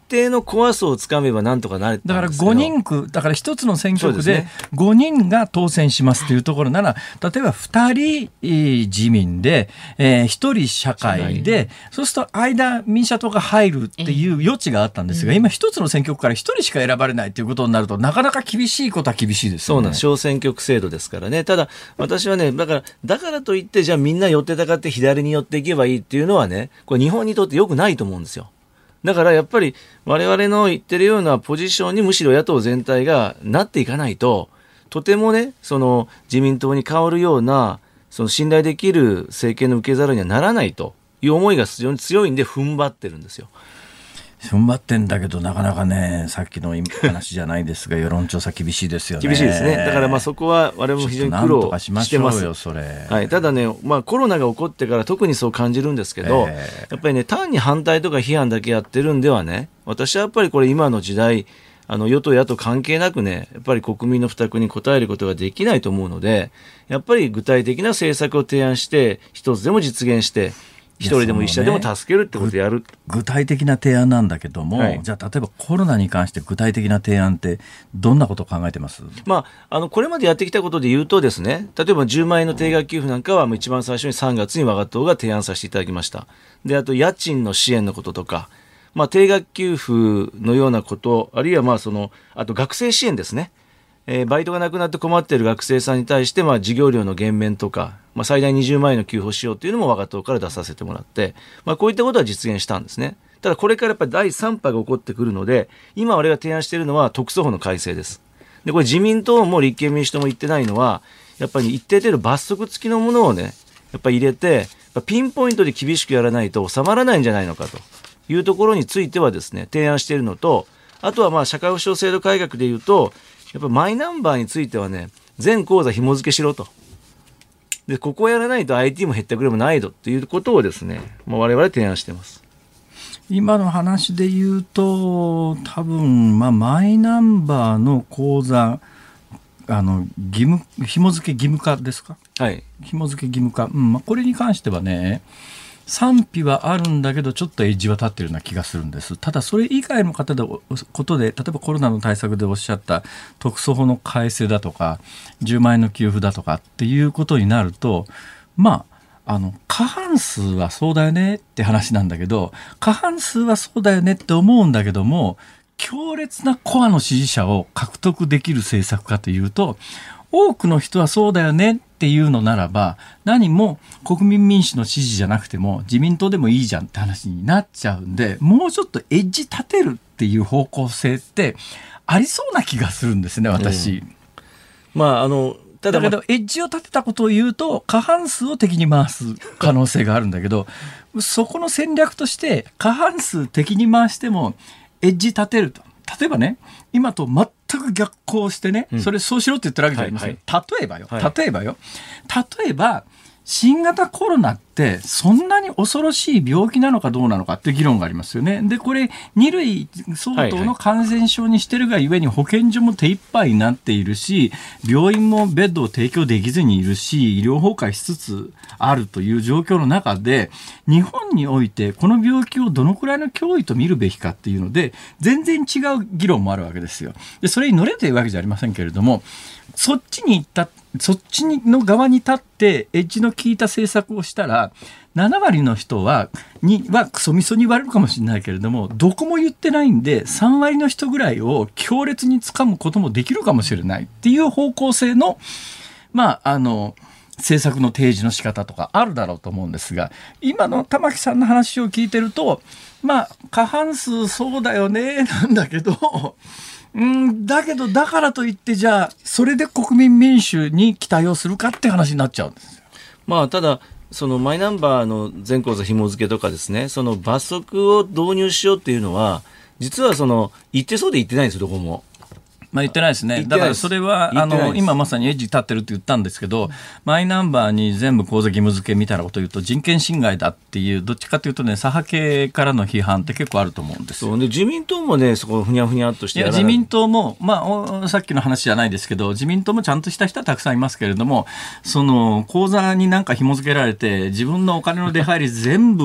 定のコア層をつかめばなんとかなる。
だからごにん区、だから一つの選挙区でごにんが当選しますというところなら、例えばふたり自民で、えー、ひとり社会で、そうすると間民社党が入るっていう余地があったんですが、今一つの選挙区からひとりしか選ばれないということになると、なかなか厳しいことは厳しいですよね。
そうなんです。小選挙区制度ですからね。ただ私はね、だからだからといってじゃあみんな寄ってたかって左に寄っていけばいいっていうのはね、これ日本にとって良くないと思うんですよ。だからやっぱり我々の言ってるようなポジションにむしろ野党全体がなっていかないと、とてもね、その自民党に変わるようなその信頼できる政権の受け皿にはならないという思いが非常に強いんで踏ん張ってるんですよ。
踏ん張ってんだけど、なかなかね、さっきの話じゃないですが世論調査厳しいですよね。
厳しいですね。だからまあそこは我々も非常に苦労してます。
それ、
はい、ただね、まあ、コロナが起こってから特にそう感じるんですけど、えー、やっぱりね、単に反対とか批判だけやってるんではね、私はやっぱりこれ今の時代、あの与党野党関係なくね、やっぱり国民の負託に応えることができないと思うので、やっぱり具体的な政策を提案して一つでも実現して一人でも一社でも助けるってことをやる、ね、
具体的な提案なんだけども、はい、じゃあ例えばコロナに関して具体的な提案ってどんなことを考えてます？
まあ、あのこれまでやってきたことで言うとですね、例えばじゅうまんえんの定額給付なんかはもう一番最初にさんがつに我が党が提案させていただきました。で、あと家賃の支援のこととか、まあ、定額給付のようなこと、あるいはまあそのあと学生支援ですね。えー、バイトがなくなって困っている学生さんに対して、まあ、授業料の減免とか、まあ、最大にじゅうまんえんの給付をしようというのも我が党から出させてもらって、まあ、こういったことは実現したんですね。ただこれからやっぱりだいさん波が起こってくるので、今我々が提案しているのは特措法の改正です。で、これ自民党も立憲民主党も言ってないのは、やっぱり一定程度罰則付きのものをね、やっぱり入れて、ピンポイントで厳しくやらないと収まらないんじゃないのかというところについてはですね、提案しているのと、あとはまあ社会保障制度改革でいうと、やっぱマイナンバーについてはね、全口座紐付けしろと。で、ここをやらないと アイティー も減ったくれもないとっていうことをですね、まあ、我々提案しています。
今の話で言うと、多分、まあ、マイナンバーの口座、あの義務紐付け義務化ですか？
はい。
紐付け義務化、うんまあ、これに関してはね、賛否はあるんだけどちょっとエッジは立ってるような気がするんです。ただそれ以外の方でことで、例えばコロナの対策でおっしゃった特措法の改正だとかじゅうまんえんの給付だとかっていうことになると、まああの過半数はそうだよねって話なんだけど、過半数はそうだよねって思うんだけども、強烈なコアの支持者を獲得できる政策かというと、多くの人はそうだよねっていうのならば、何も国民民主の支持じゃなくても自民党でもいいじゃんって話になっちゃうんで、もうちょっとエッジ立てるっていう方向性ってありそうな気がするんですね、私。うん、
まああの
ただ、だけどエッジを立てたことを言うと過半数を敵に回す可能性があるんだけど、そこの戦略として過半数敵に回してもエッジ立てると。例えばね、今と全く逆行してね、それそうしろって言ってるわけじゃありません。はいはい、例えばよ、例えばよ、例えば新型コロナってそんなに恐ろしい病気なのかどうなのかっていう議論がありますよね。で、これに類相当の感染症にしてるがゆえに保健所も手一杯になっているし、病院もベッドを提供できずにいるし、医療崩壊しつつあるという状況の中で、日本においてこの病気をどのくらいの脅威と見るべきかっていうので全然違う議論もあるわけですよ。で、それに乗れているわけじゃありませんけれども、そっちに行ったそっちの側に立ってエッジの効いた政策をしたらなな割の人はにはクソみそに言われるかもしれないけれども、どこも言ってないんでさん割の人ぐらいを強烈に掴むこともできるかもしれないっていう方向性のまああの政策の提示の仕方とかあるだろうと思うんですが、今の玉木さんの話を聞いてると、まあ過半数そうだよねなんだけどうんだけどだからといってじゃあそれで国民民主に期待をするかって話になっちゃうんですよ。
まあただそのマイナンバーの全口座紐付けとかですね、その罰則を導入しようっていうのは実はその言ってそうで言ってないんですよ、どこも。
まあ、言ってないですね。だからそれはあの今まさにエッジ立ってるって言ったんですけど、マイナンバーに全部口座義務付けみたいなことを言うと人権侵害だっていう、どっちかというとね、左派系からの批判って結構あると思うんですよ。
そうで、自民党もね、そこふにゃふにゃっとしてやらない。
いや、自民党も、まあ、さっきの話じゃないですけど、自民党もちゃんとした人はたくさんいますけれども、その口座になんか紐付けられて自分のお金の出入り全部を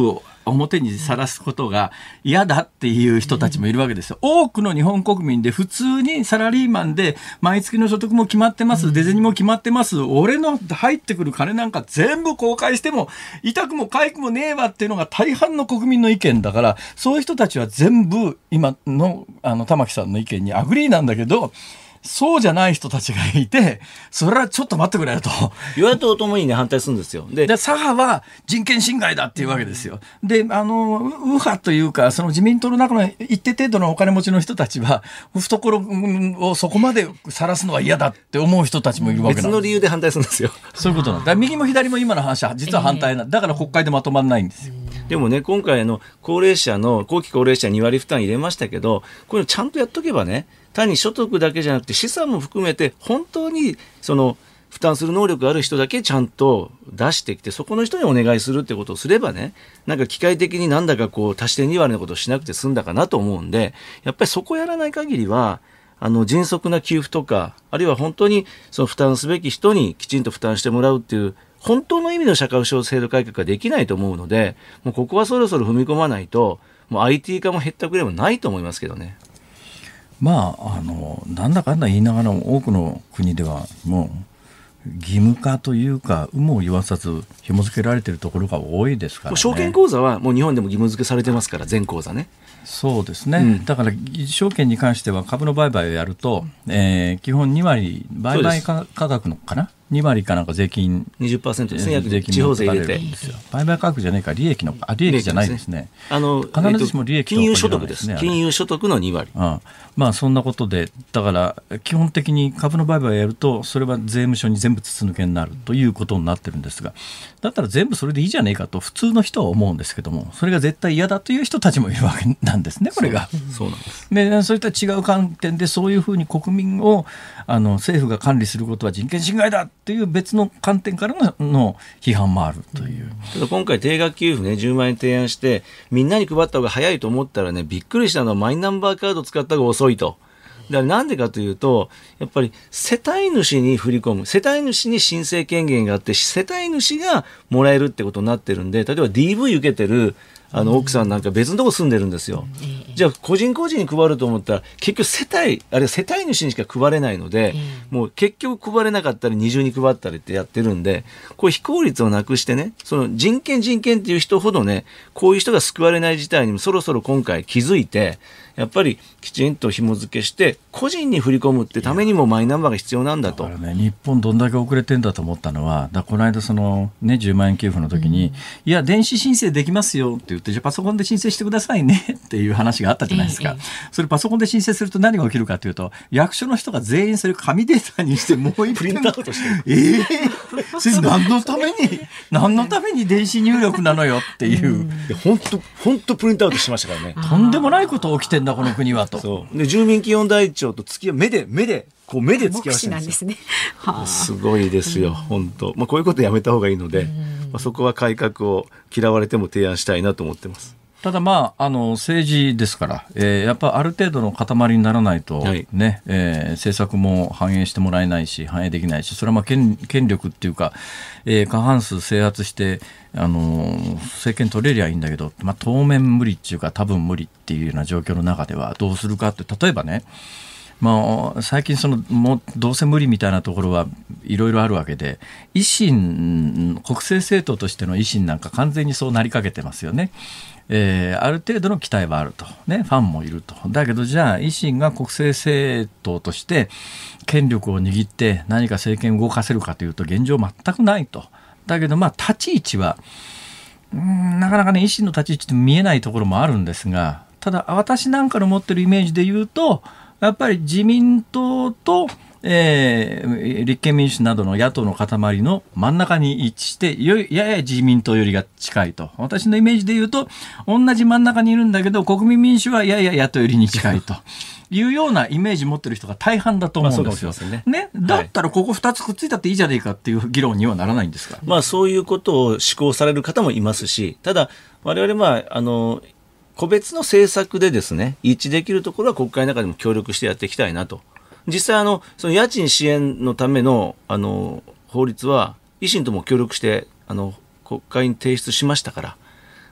表にさらすことが嫌だっていう人たちもいるわけですよ。多くの日本国民で普通にサラリーマンで毎月の所得も決まってます、出銭も決まってます、俺の入ってくる金なんか全部公開しても痛くも痒くもねえわっていうのが大半の国民の意見だから、そういう人たちは全部今のあの玉木さんの意見にアグリーなんだけど、そうじゃない人たちがいて、それはちょっと待ってくれよと。
与野党ともに、ね、反対するんですよ。
で、で左派は人権侵害だっていうわけですよ。で、あの、右派というか、その自民党の中の一定程度のお金持ちの人たちは、懐をそこまで晒すのは嫌だって思う人たちもいるわけなんです。
別の理由で反対するんですよ。
そういうことなんだ。右も左も今の話は実は反対な、だから国会でまとまらないんですよ。
でもね、今回の高齢者の後期高齢者に割負担入れましたけど、これちゃんとやっとけばね、単に所得だけじゃなくて資産も含めて本当にその負担する能力がある人だけちゃんと出してきて、そこの人にお願いするってことをすればね、なんか機械的になんだかこう足してに割のことをしなくて済んだかなと思うんで、やっぱりそこやらない限りはあの迅速な給付とか、あるいは本当にその負担すべき人にきちんと負担してもらうっていう本当の意味の社会保障制度改革ができないと思うので、もうここはそろそろ踏み込まないと、もう アイティー 化も減ったくれもないと思いますけどね。
まあ、あのなんだかんだ言いながらも多くの国ではもう義務化というか有無を言わさず紐付けられているところが多いですからね。
証券口座はもう日本でも義務付けされてますから、全口座ね。
そうですね、うん、だから証券に関しては株の売買をやると、えー、基本に割売買価格のかなに割かなんか税金
にじゅっパーセント ですね、
税金
地方税入れて
売買価格じゃないか利益のあ利益じゃないですね、
あの
必ずしも利益とは
金融所得です、金融所得のに割、
うん、まあそんなことで、だから基本的に株の売買をやるとそれは税務署に全部筒抜けになるということになってるんですが、だったら全部それでいいじゃねえかと普通の人は思うんですけども、それが絶対嫌だという人たちもいるわけなんですね、これが。
そうなんです。
で、そういった違う観点でそういうふうに国民をあの政府が管理することは人権侵害だっていう別の観点からのの批判もあるという、うん、
ただ今回定額給付ねじゅうまんえん提案してみんなに配った方が早いと思ったらね、びっくりしたのはマイナンバーカード使った方が遅いと。だからなんでかというと、やっぱり世帯主に振り込む、世帯主に申請権限があって世帯主がもらえるってことになってるんで、例えば ディーブイ 受けてるあの奥さんなんか別のとこ住んでるんですよ、うん、じゃあ個人個人に配ると思ったら結局世帯あれ世帯主にしか配れないので、うん、もう結局配れなかったり二重に配ったりってやってるんで、こう非効率をなくしてね、その人権人権っていう人ほどね、こういう人が救われない事態にもそろそろ今回気づいて、やっぱりきちんと紐付けして個人に振り込むってためにもマイナンバーが必要なんだと。
だからね、日本どんだけ遅れてんだと思ったのは、だこの間その、ね、じゅうまんえん給付の時に、うん、いや電子申請できますよって言って、じゃあパソコンで申請してくださいねっていう話があったじゃないですか、ええ、それパソコンで申請すると何が起きるかというと、役所の人が全員それ紙データにしてもう一
プリントアウトして
るえー、それ何のために何のために電子入力なのよっていう、
本当本当プリントアウトしましたからね。
とんでもないこと起きてんだこの国はと。
そうで、住民基本台帳と月は目で目でこう目で付き合わせてるんですよ。すごいですよ、本当。まあこういうことやめた方がいいので、まあ、そこは改革を嫌われても提案したいなと思ってます。
ただまあ、あの政治ですから、えー、やっぱある程度の塊にならないと、ね、はい、えー、政策も反映してもらえないし反映できないし、それはまあ 権, 権力っていうか、えー、過半数制圧して、あのー、政権取れりゃいいんだけど、まあ、当面無理っていうか多分無理っていうような状況の中ではどうするかって、例えばね、まあ、最近そのもうどうせ無理みたいなところはいろいろあるわけで、維新国政政党としての維新なんか完全にそうなりかけてますよね。えー、ある程度の期待はあると、ね、ファンもいると。だけどじゃあ維新が国政政党として権力を握って何か政権を動かせるかというと現状全くないと。だけどまあ立ち位置はうーんなかなかね、維新の立ち位置って見えないところもあるんですが、ただ私なんかの持ってるイメージで言うと、やっぱり自民党とえー、立憲民主などの野党の塊の真ん中に位置してよやや自民党よりが近いと、私のイメージで言うと同じ真ん中にいるんだけど国民民主はやや野党よりに近いというようなイメージ持ってる人が大半だと思うんですよ、まあねね、だったらここふたつくっついたっていいじゃねえかっていう議論にはならないんですか。
まあ、そういうことを施行される方もいますし、ただ我々はあの個別の政策でですね、一致できるところは国会の中でも協力してやっていきたいなと。実際あのその家賃支援のためのあの法律は維新とも協力してあの国会に提出しましたから、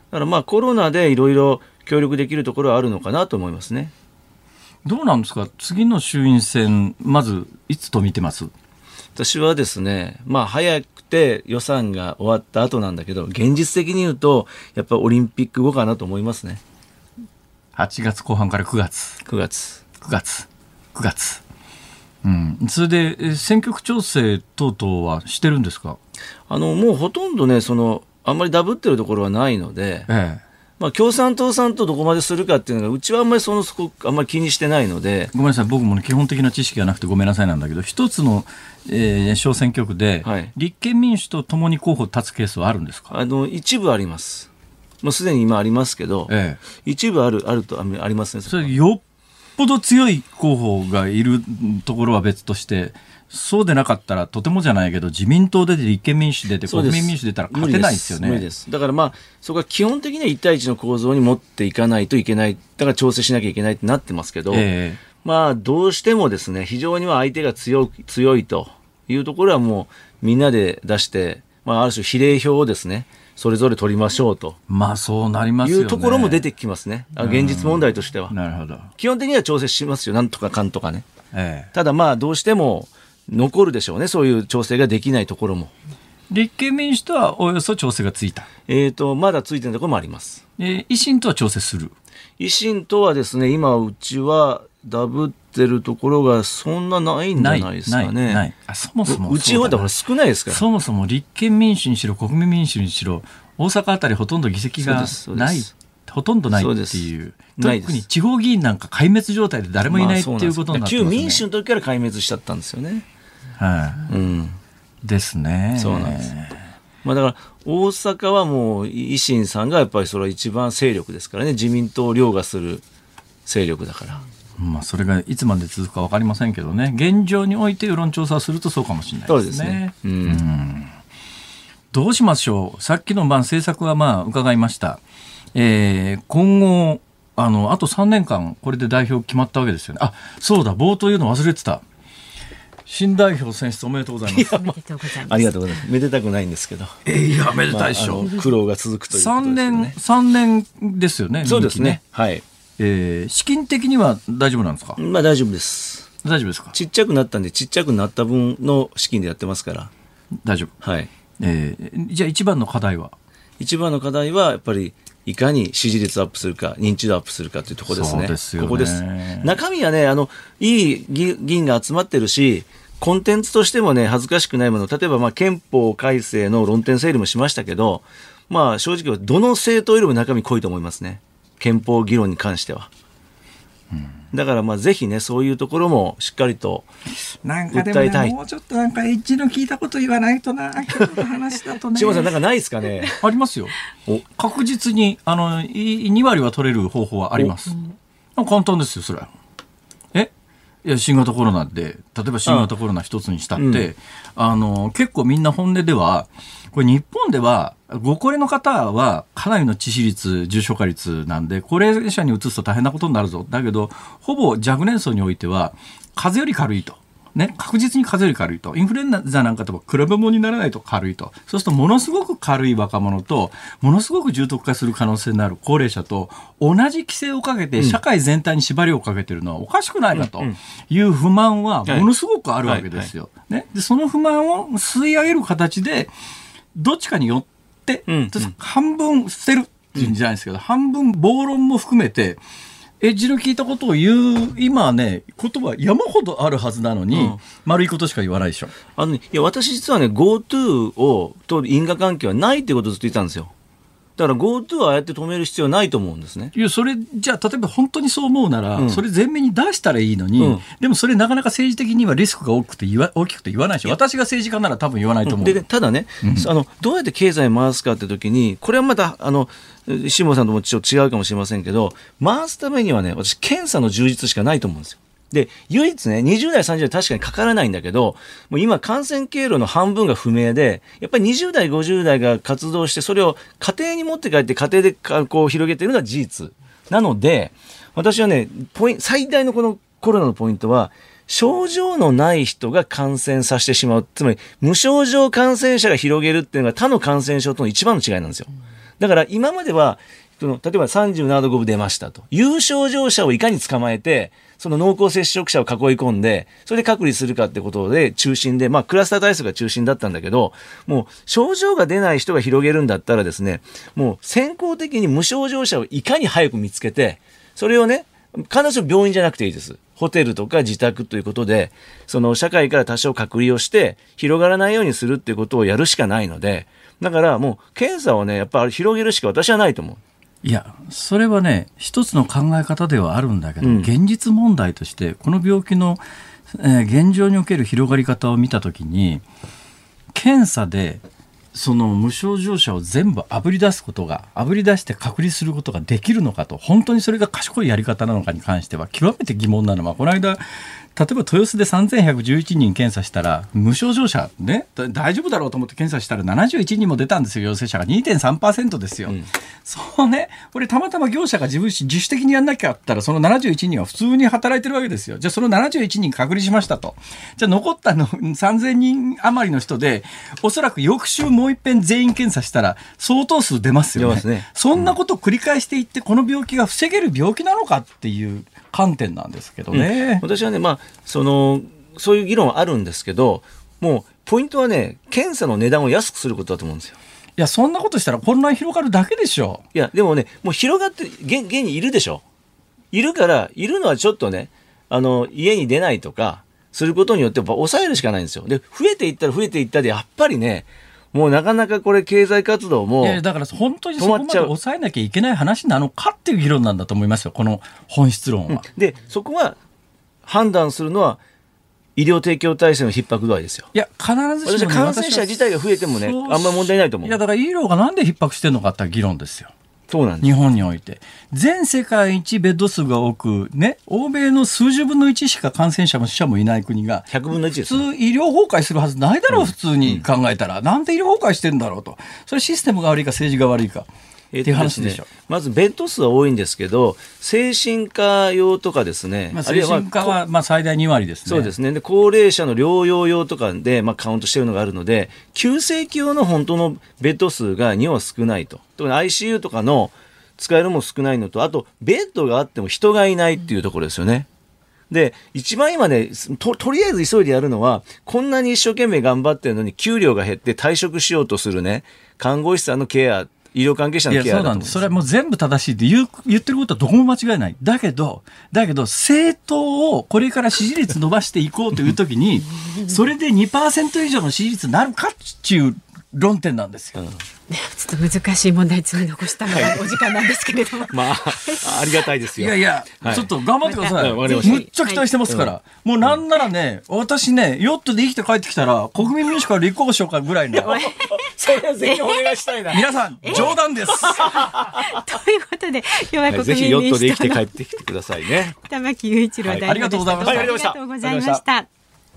からまあコロナでいろいろ協力できるところはあるのかなと思いますね。
どうなんですか、次の衆院選、まずいつと見てます？
私はですね、まあ早くて予算が終わった後なんだけど、現実的に言うとやっぱオリンピック後かなと思いますね。
はちがつこう半からくがつ。
くがつ。
くがつ。くがつ。うん。それで選挙区調整等々はしてるんですか？
あのもうほとんどね、そのあんまりダブってるところはないので、
ええ、
まあ、共産党さんとどこまでするかっていうのがうちはあんまりそのそこあんまり気にしてないので。
ごめんなさい、僕も、ね、基本的な知識がなくてごめんなさいなんだけど、一つの、えー、小選挙区で、はい、立憲民主とともに候補立つケースはあるんですか？
あの一部あります。もうすでに今ありますけど、ええ、一部あるあるとありますね。
それよっぽど強い候補がいるところは別として、そうでなかったらとてもじゃないけど、自民党出て立憲民主出て国民民主出たら勝てないですよね。
無理です。だからまあそこは基本的にはいち対いちの構造に持っていかないといけない、だから調整しなきゃいけないってなってますけど、えー、まあどうしてもですね、非常には相手が強い、強いというところはもうみんなで出して、まあ、ある種比例票をですねそれぞれ取りましょうと、
まあそうなりますよね、
いうところも出てきますね、現実問題としては。
なるほど。
基本的には調整しますよ、なんとかかんとかね、
ええ、
ただまあどうしても残るでしょうね、そういう調整ができないところも。
立憲民主とはおよそ調整がついた。
えーとまだついてないところもあります。
えー、維新とは調整する。
維新とはですね、今うちはダブってるところがそんなないんじゃないですかね。
ないないあそもそも
うちはだから少ないですから。
そもそも立憲民主にしろ国民民主にしろ大阪あたりほとんど議席がない、ほとんどないっていう。特に地方議員なんか壊滅状態で誰もいないっていうことになってますね。
旧民主の時から壊滅しちゃったんですよね。
はい、
うん、
ですね。
そうなんです。まあ、だから大阪はもう維新さんがやっぱりそれは一番勢力ですからね、自民党を凌駕する勢力だから。
まあ、それがいつまで続くか分かりませんけどね、現状において世論調査をするとそうかもしれないですね。そうですね、うんうん、どうしましょう。さっきのまあ政策はまあ伺いました、えー、今後あのあとさんねんかんこれで代表決まったわけですよね。あ、そうだ、冒頭言うの忘れてた。新代表選出おめでとうございます。
ありがとうございます。めでたくないんですけど。
えー、いやめでたいでしょ、
まあ、苦労が続くということですね。
さんねん、さんねんですよね。
そうですね。はい。
えー、資金的には大丈夫なんですか？
まあ大丈夫です。
大丈夫ですか？
ちっちゃくなったんで、ちっちゃくなった分の資金でやってますから
大丈夫。
はい。
えー、じゃあ一番の課題は？一
番の課題はやっぱりいかに支持率アップするか、認知度アップするかというところですね。
そうですよね。
ここです。中身はね、あのいい議員が集まってるし、コンテンツとしてもね恥ずかしくないもの、例えばまあ憲法改正の論点整理もしましたけど、まあ正直はどの政党よりも中身濃いと思いますね、憲法議論に関しては。うん、だからまあぜひね、そういうところもしっかりと訴えたい。なんかでも、ね、
もうちょっとなんかエッジの効いたこと言わないとな、今日の話だとね。
島さんなんかないですかね。
ありますよ。確実にあのに割は取れる方法はあります。簡単ですよ、それは。えいや新型コロナで、例えば新型コロナ一つにしたって、うん、あの結構みんな本音では、これ日本ではご高齢の方はかなりの致死率、重症化率なんで、高齢者に移すと大変なことになるぞ。だけどほぼ若年層においては風邪より軽いと、ね、確実に風邪より軽いと。インフルエンザなんかとも比べ物にならないと軽いと。そうするとものすごく軽い若者とものすごく重篤化する可能性のある高齢者と同じ規制をかけて社会全体に縛りをかけているのはおかしくないかという不満はものすごくあるわけですよ、ね、でその不満を吸い上げる形でどっちかによって、うんうん、半分捨てるっていうんじゃないですけど、うん、半分暴論も含めてエッジの効いたことを言う、今ね、言葉山ほどあるはずなのに、うん、丸いことしか言わないでしょ。
あの、ね、いや私実はね GoTo をと因果関係はないってことをずっと言ってたんですよ。だから GoTo はああやって止める必要はないと思うんですね。
いや、それじゃあ例えば本当にそう思うなら、うん、それ前面に出したらいいのに、うん、でもそれなかなか政治的にはリスクが大きくて言わ大きくて言わないし、私が政治家なら多分言わないと思う。
で、ね、ただね、うん、あのどうやって経済を回すかって時に、これはまたあの下さんともちょっと違うかもしれませんけど、回すためにはね、私検査の充実しかないと思うんですよ。で、唯一ね、にじゅう代、さんじゅう代確かにかからないんだけど、もう今感染経路の半分が不明で、やっぱりにじゅう代、ごじゅう代が活動して、それを家庭に持って帰って家庭でこう広げているのは事実。なので、私はね、ポイン最大のこのコロナのポイントは、症状のない人が感染させてしまう。つまり、無症状感染者が広げるっていうのが他の感染症との一番の違いなんですよ。 だから今まではその例えばさんじゅうななどごぶ出ましたという症状者をいかに捕まえてその濃厚接触者を囲い込んでそれで隔離するかってことで中心で、まあ、クラスター対策が中心だったんだけど、もう症状が出ない人が広げるんだったらですね、もう先行的に無症状者をいかに早く見つけて、それをね、必ずしも病院じゃなくていいです。ホテルとか自宅ということで、その社会から多少隔離をして広がらないようにするっていうことをやるしかないので、だからもう検査をね、やっぱり広げるしか私はないと思う。
いや、それはね、一つの考え方ではあるんだけど、うん、現実問題としてこの病気の、えー、現状における広がり方を見たときに、検査でその無症状者を全部あぶり出すことが、あぶり出して隔離することができるのかと、本当にそれが賢いやり方なのかに関しては極めて疑問なのは、この間例えば豊洲でさんぜんひゃくじゅういちにん検査したら無症状者ね、大丈夫だろうと思って検査したらななじゅういちにんも出たんですよ。陽性者が にてんさんパーセント ですよ、うん、そうね、これたまたま業者が自分自主的にやんなきゃったらそのななじゅういちにんは普通に働いてるわけですよ。じゃあそのななじゅういちにん隔離しましたと、じゃあ残ったのさんぜんにん余りの人でおそらく翌週もう一遍全員検査したら相当数出ますよ ね, ねそんなことを繰り返していってこの病気が防げる病気なのかっていう観点なんですけどね、
うん、私はね、まあ、そのそういう議論はあるんですけど、もうポイントはね、検査の値段を安くすることだと思うんですよ。
いや、そんなことしたら混乱広がるだけでしょ。
いやでもね、もう広がって現現にいるでしょ。いるからいるのはちょっとね、あの家に出ないとかすることによってやっぱ抑えるしかないんですよ。で増えていったら増えていったでやっぱりね、もうなかなかこれ経済活動も
いやだから本当にそこまで抑えなきゃいけない話なのかっていう議論なんだと思いますよ、この本質論は、うん、
でそこは判断するのは医療提供体制の逼迫度合いですよ。
いや必ずしも、ね、
感染者自体が増えてもね、あんまり問題ないと思う。
いやだから医療がなんで逼迫してるのかって議論ですよ。
そうなんです。
日本において全世界一ベッド数が多く、ね、欧米の数十分のいちしか感染者も死者もいない国が
ひゃくぶんのいちです、ね、
普通医療崩壊するはずないだろう、うん、普通に考えたら、うん、なんで医療崩壊してるんだろうと。それシステムが悪いか政治が悪いかっていう話でしょ。
ね、まずベッド数は多いんですけど精神科用とかですね、
まあ、精神科はまあ最大にわりですね。
そうですね。で高齢者の療養用とかでまあカウントしてるのがあるので、急性期用の本当のベッド数が日本は少ないと。特に アイシーユー とかの使えるも少ないのと、あとベッドがあっても人がいないっていうところですよね。で一番今ね と, とりあえず急いでやるのは、こんなに一生懸命頑張ってるのに給料が減って退職しようとするね、看護師さんのケア、医療関係者のケアだと思う。いやそうなんです。
それはもう全部正しいって 言, う言ってることはどこも間違いない。だけどだけど政党をこれから支持率伸ばしていこうというときにそれで にパーセント 以上の支持率になるかっていう論点なんですよ、うん。
ちょっと難しい問題積み残したのがお時間なんですけれども、
まあありがたいですよ。
いやいや、はい、ちょっと頑張ってください。
ま、
むっちゃ期待してますから、はい、もうなんならね、私ねヨットで生きて帰ってきたら国民民主から立候補しようかぐらいの
それはぜひお願いしたいな。
皆さん冗談です
ということで今日は国民民主党の、はい、ぜひヨットで生きて帰ってきてくださいね。玉木雄一郎代表でした、はい、ありがとうございました。ありがとうございました。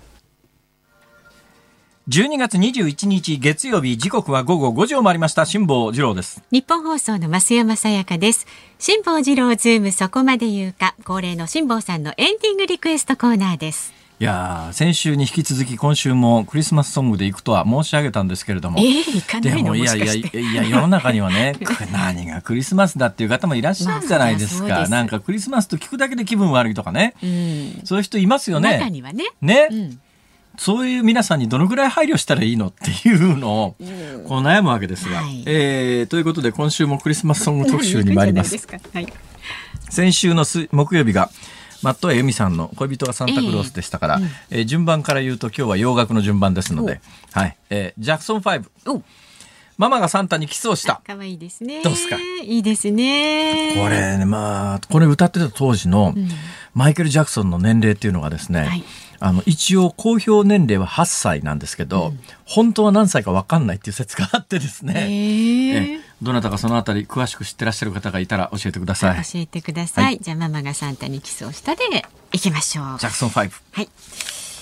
じゅうにがつにじゅういちにち月曜日、時刻は午後ごじを回りました。辛坊治郎です。
日本放送の増山さやかです。辛坊治郎ズームそこまで言うか、恒例の辛坊さんのエンディングリクエストコーナーです。
いや先週に引き続き今週もクリスマスソングで行くとは申し上げたんですけれども、
えー、行かないの？でもいやいや
いや世の中にはね何がクリスマスだっていう方もいらっしゃるじゃないですか、まあ、なんかクリスマスと聞くだけで気分悪いとかね、うん、そういう人いますよね。
中にはね、
ね、
うん、
そういう皆さんにどのぐらい配慮したらいいのっていうのをこう悩むわけですが、はい、えー、ということで今週もクリスマスソング特集に参ります。はい、先週の木曜日が松任谷由実さんの恋人がサンタクロースでしたから、えーうんえー、順番から言うと今日は洋楽の順番ですので、はいえー、ジャクソンファイブ、ママがサンタにキスをした。
可愛いですね。
どうですか？
いいですね。
これね、まあこれ歌ってた当時のマイケル・ジャクソンの年齢っていうのがですね、はい、あの一応公表年齢ははっさいなんですけど、うん、本当は何歳か分かんないっていう説があってですね、えどなたかそのあたり詳しく知ってらっしゃる方がいたら教えてください。
教えてください、はい、じゃあママがサンタにキスをしたでいきましょう。
ジャクソンファイブ、
はい、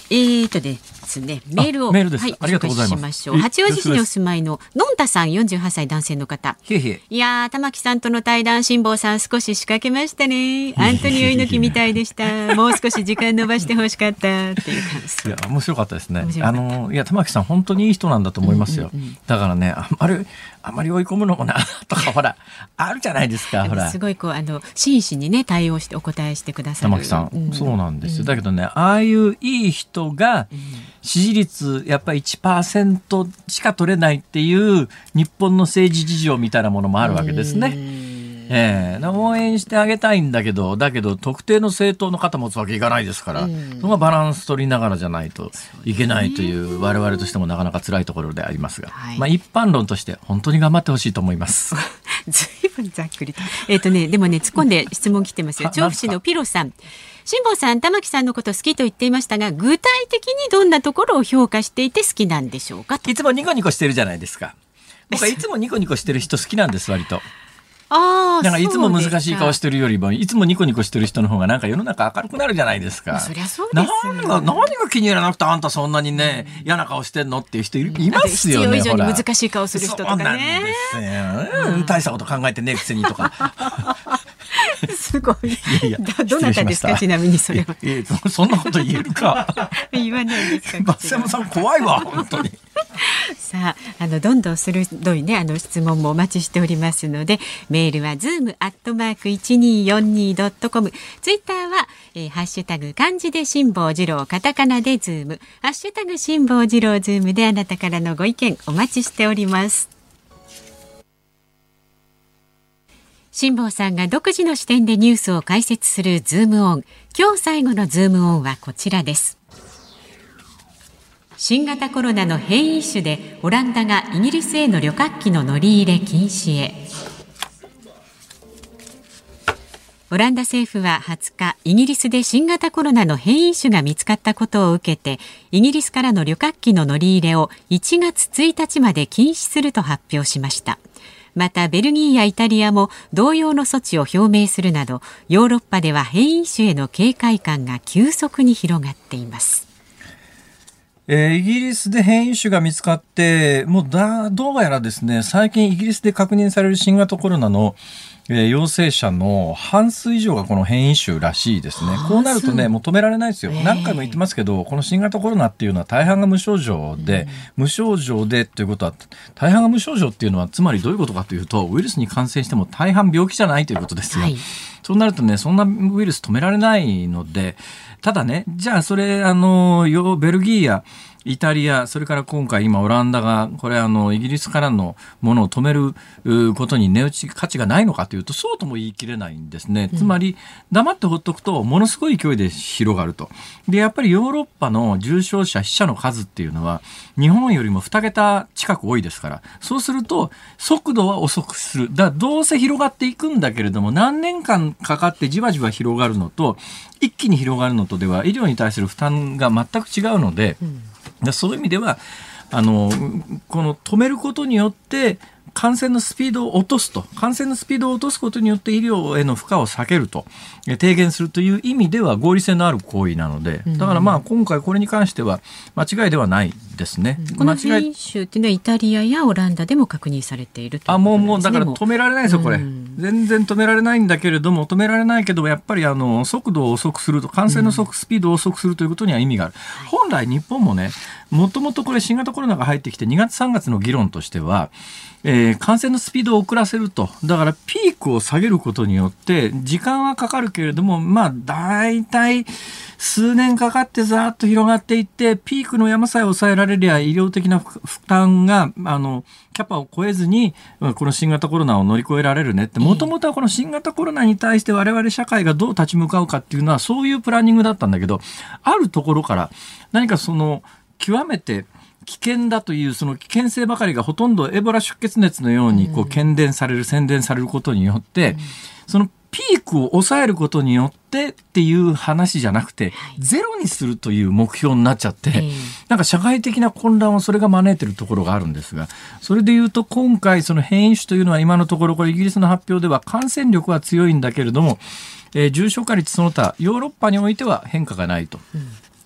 えーとですね、メールを
メールです、
はい、
ありがとうございます。
紹介しましょう。八王子市にお住まいののんたさん、よんじゅうはっさい男性の方。
へいへい。
いやー、玉木さんとの対談、辛坊さん少し仕掛けましたね。アントニオ猪木みたいでした。もう少し時間延ばしてほしかったっていう感想。
いや面白かったですね。
面白かった。
あのいや玉木さん本当にいい人なんだと思いますよ。
うんうんうん、
だからね、あんまりあんまり追い込むのもなとかほらあるじゃないですか。ほら
すごいこうあの真摯にね対応してお答えしてくださる。
玉木さん、
うん、
そうなんですよ。
うん、
だけどね、ああいういい人が支持率やっぱり いちパーセント しか取れないっていう日本の政治事情みたいなものもあるわけですね。えー、応援してあげたいんだけど、だけど特定の政党の肩持つわけいかないですから、うん、そのバランス取りながらじゃないといけないという我々としてもなかなか辛いところでありますが、はい、まあ、一般論として本当に頑張ってほしいと思います。
ずいぶんざっくりと、えーとね、でもね突っ込んで質問来てますよ。調布市のピロさん、辛坊さん、玉木さんのこと好きと言っていましたが、具体的にどんなところを評価していて好きなんでしょうか。
いつもニコニコしてるじゃないですか。僕はいつもニコニコしてる人好きなんです割と。
ああ、
なんかいつも難しい顔してるよりもいつもニコニコしてる人の方がなんか世の中明るくなるじゃないですか。
そりゃそうですよ。
何が何が気に入らなくてあんたそんなにね、うん、嫌な顔してんのっていう人 い, いますよね。
必要以上に難しい顔する人とかね。
そうなんですよ、うん、大したこと考えてねえくせにとか
すごい。
いやいや
どなたですかちなみにそれは。
いやいやそんなこと言えるか
言わないですか。
松山さん怖いわ本当に。
さあ、あのどんどん鋭いねあの質問もお待ちしておりますので、メールはズームアットマークいちにーよんにードットコム、ツイッターは、えー、ハッシュタグ漢字で辛坊治郎、カタカナでズーム、ハッシュタグ辛坊治郎ズームであなたからのご意見お待ちしております。辛坊さんが独自の視点でニュースを解説するズームオン。今日最後のズームオンはこちらです。新型コロナの変異種でオランダがイギリスへの旅客機の乗り入れ禁止へ。オランダ政府ははつか、イギリスで新型コロナの変異種が見つかったことを受けて、イギリスからの旅客機の乗り入れをいちがつついたちまで禁止すると発表しました。またベルギーやイタリアも同様の措置を表明するなど、ヨーロッパでは変異種への警戒感が急速に広がっています。
えー、イギリスで変異種が見つかって、もうだどうやらですね、最近イギリスで確認される新型コロナの、えー、陽性者の半数以上がこの変異種らしいですね。こうなるとね、もう止められないですよ。何回も言ってますけど、この新型コロナっていうのは大半が無症状で、うん、無症状でということは、大半が無症状っていうのはつまりどういうことかというと、ウイルスに感染しても大半病気じゃないということですよ。はい、そうなるとね、そんなウイルス止められないので、ただね、じゃあそれあのベルギーやイタリア、それから今回今オランダがこれあのイギリスからのものを止めることに値打ち価値がないのかというと、そうとも言い切れないんですね。つまり黙ってほっとくとものすごい勢いで広がると。でやっぱりヨーロッパの重症者死者の数っていうのは日本よりもに桁近く多いですから、そうすると速度は遅くする。だからどうせ広がっていくんだけれども、何年間かかってじわじわ広がるのと一気に広がるのとでは医療に対する負担が全く違うので、うんでそういう意味ではあのこの止めることによって感染のスピードを落とすと、感染のスピードを落とすことによって医療への負荷を避けると、低減するという意味では合理性のある行為なので、だからまあ今回これに関しては間違いではないですね。
うん、この変異種っていうのはイタリアやオランダでも確認されているということなんですね。あもうもう
だから止められないですよこれ、うん、全然止められないんだけれども、止められないけどやっぱりあの速度を遅くすると、感染の速スピードを遅くするということには意味がある。うん、本来日本もね、もともとこれ新型コロナが入ってきてにがつさんがつの議論としては、えー、感染のスピードを遅らせると。だからピークを下げることによって時間はかかるけれども、まあ大体数年かかってざーっと広がっていって、ピークの山さえ抑えられりゃ医療的な負担があのキャパを超えずにこの新型コロナを乗り越えられるねって、もともとはこの新型コロナに対して我々社会がどう立ち向かうかっていうのはそういうプランニングだったんだけど、あるところから何かその極めて危険だというその危険性ばかりがほとんどエボラ出血熱のようにこう喧伝される、宣伝されることによって、そのピークを抑えることによってっていう話じゃなくて、ゼロにするという目標になっちゃって、なんか社会的な混乱をそれが招いているところがあるんですが、それでいうと今回その変異種というのは今のところこれイギリスの発表では感染力は強いんだけれども、えー、重症化率その他ヨーロッパにおいては変化がないと。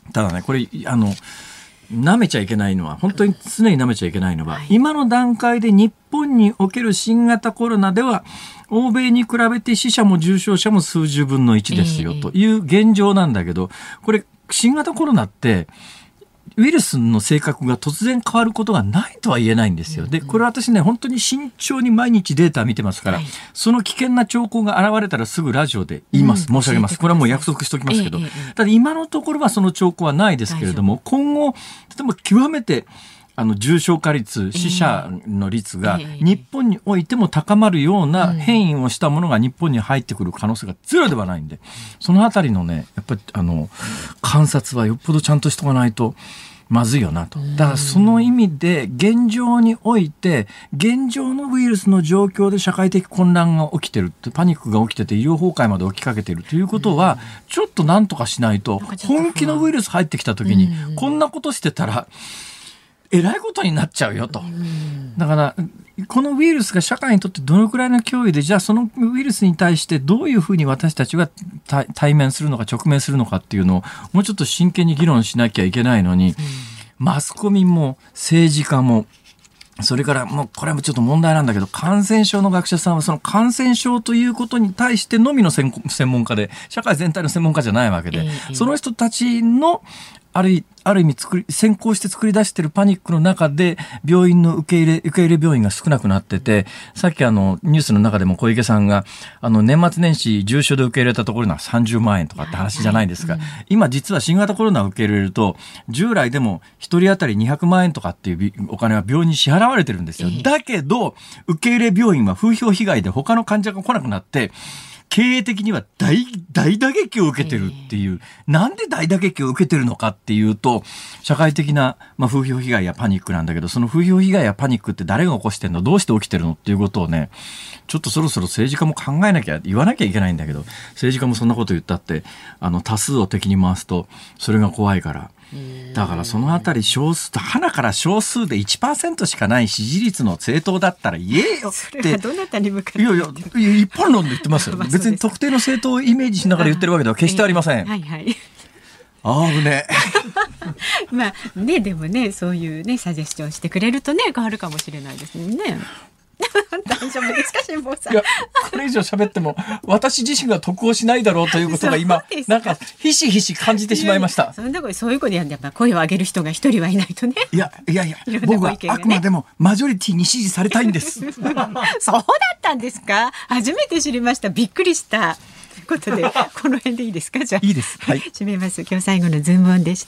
ただねこれあの舐めちゃいけないのは本当に常に舐めちゃいけないのは、はい、今の段階で日本における新型コロナでは欧米に比べて死者も重症者も数十分のいちですよ、えー、という現状なんだけど、これ新型コロナってウイルスの性格が突然変わることがないとは言えないんですよ。で、これ私ね、本当に慎重に毎日データ見てますから、はい、その危険な兆候が現れたらすぐラジオで言います。申し上げます。これはもう約束しておきますけど、ええええ、ただ今のところはその兆候はないですけれども、今後、例えば極めてあの重症化率、死者の率が日本においても高まるような変異をしたものが日本に入ってくる可能性がゼロではないんで、そのあたりのね、やっぱりあの観察はよっぽどちゃんとしとかないとまずいよなと。だからその意味で現状において現状のウイルスの状況で社会的混乱が起きてるって、パニックが起きてて医療崩壊まで起きかけてるということはちょっとなんとかしないと、本気のウイルス入ってきた時にこんなことしてたらえらいことになっちゃうよと。だからこのウイルスが社会にとってどのくらいの脅威で、じゃあそのウイルスに対してどういうふうに私たちが対面するのか直面するのかっていうのをもうちょっと真剣に議論しなきゃいけないのに、マスコミも政治家もそれからもうこれもちょっと問題なんだけど、感染症の学者さんはその感染症ということに対してのみの専門家で社会全体の専門家じゃないわけで、その人たちのある意ある意味作り先行して作り出しているパニックの中で病院の受け入れ受け入れ病院が少なくなってて、さっきあのニュースの中でも小池さんがあの年末年始重症で受け入れたところがさんじゅうまんえんとかって話じゃないですか、はいはい、うん、今実は新型コロナを受け入れると従来でもひとり当たりにひゃくまんえんとかっていうお金は病院に支払われてるんですよ。だけど受け入れ病院は風評被害で他の患者が来なくなって経営的には 大, 大打撃を受けてるっていう、なんで大打撃を受けてるのかっていうと、社会的な、まあ、風評被害やパニックなんだけど、その風評被害やパニックって誰が起こしてんの、どうして起きてるのっていうことをね、ちょっとそろそろ政治家も考えなきゃ、言わなきゃいけないんだけど、政治家もそんなこと言ったってあの多数を敵に回すとそれが怖いから、だからそのあたり少数、花から少数で いちパーセント しかない支持率の政党だったら言えよって。
それはどなたに向かって
いやいや一般論で言ってますよ。別に特定の政党をイメージしながら言ってるわけでは決してありません。
はいはい。
あぶね
まあね、でもね、そういうねサジェスチョンしてくれるとね変わるかもしれないですね。大丈夫ですか、辛坊さん。
いや、これ以上喋っても私自身が得をしないだろうということが今なんかひしひし感じてしまいました。
そんなこと、そういうことやんでやっぱ声を上げる人が一人はいないとね。
いやいやいや、いね、僕はあくまでもマジョリティに支持されたいんです。
そうだったんですか。初めて知りました。びっくりした。ということでこの辺でいいですか。じゃあ
いいです、はい、
締めます。今日最後のズームオンでした。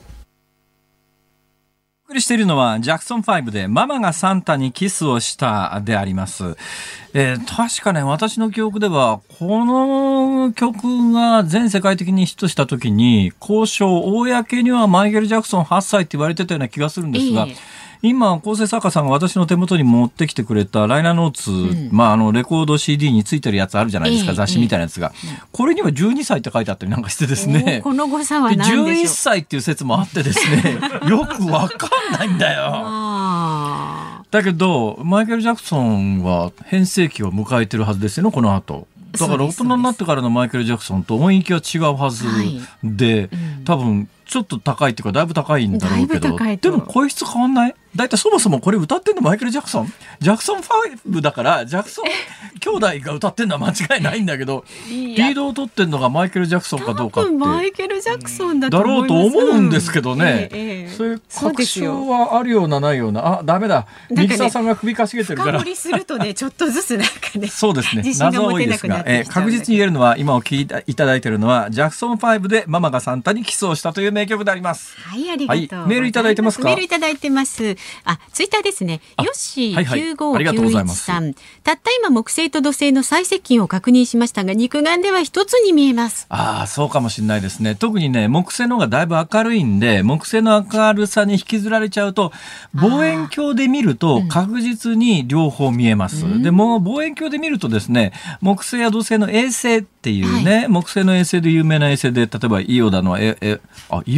お送りしているのはジャクソンファイブでママがサンタにキスをしたであります、えー、確かね、私の記憶ではこの曲が全世界的にヒットした時に交渉公にはマイケル・ジャクソンはっさいって言われてたような気がするんですが、えー今構成作家さんが私の手元に持ってきてくれたライナーノーツ、うん、まあ、あのレコード シーディー についてるやつあるじゃないですか、えー、雑誌みたいなやつが、えー、これにはじゅうにさいって書いてあったりなんかしてですね、
この誤差は何でしょう。
じゅういっさいっていう説もあってですねよくわかんないんだよ。だけどマイケル・ジャクソンは変声期を迎えてるはずですよね、この後。だから大人になってからのマイケル・ジャクソンと音域は違うはずで、はい、うん、多分ちょっと高いっていうかだいぶ高いんだろうけど、でも声質変わんない。だいたいそもそもこれ歌ってんのマイケル・ジャクソンジャクソンファイブだからジャクソン兄弟が歌ってんのは間違いないんだけどリードを取ってんのがマイケル・ジャクソンかどうかって
マイケル・ジャクソンだと思います
だろうと思うんですけどね、えーえー、そういう確証はあるようなないような。あ、ダメだ、ミキサーさんが首かしげてるから
深掘りするとねちょっとずつなんかね
そうですね、謎多いですが、えー、確実に言えるのは今お聞きいただいているのはジャクソンファイブでママがサンタにキスをしたという名曲であります。
はい、ありがとう、はい、
メールいただいてますか。
メールいただいてます。あ、ツイッターですね。よしきゅうごきゅういちさん、たった今木星と土星の最接近を確認しましたが肉眼では一つに見えます。
ああ、そうかもしれないですね。特にね木星の方がだいぶ明るいんで木星の明るさに引きずられちゃうと望遠鏡で見ると確実に両方見えます、うん、でも望遠鏡で見るとですね木星や土星の衛星っていうね、はい、木星の衛星で有名な衛星で例えばイオだのええあイオ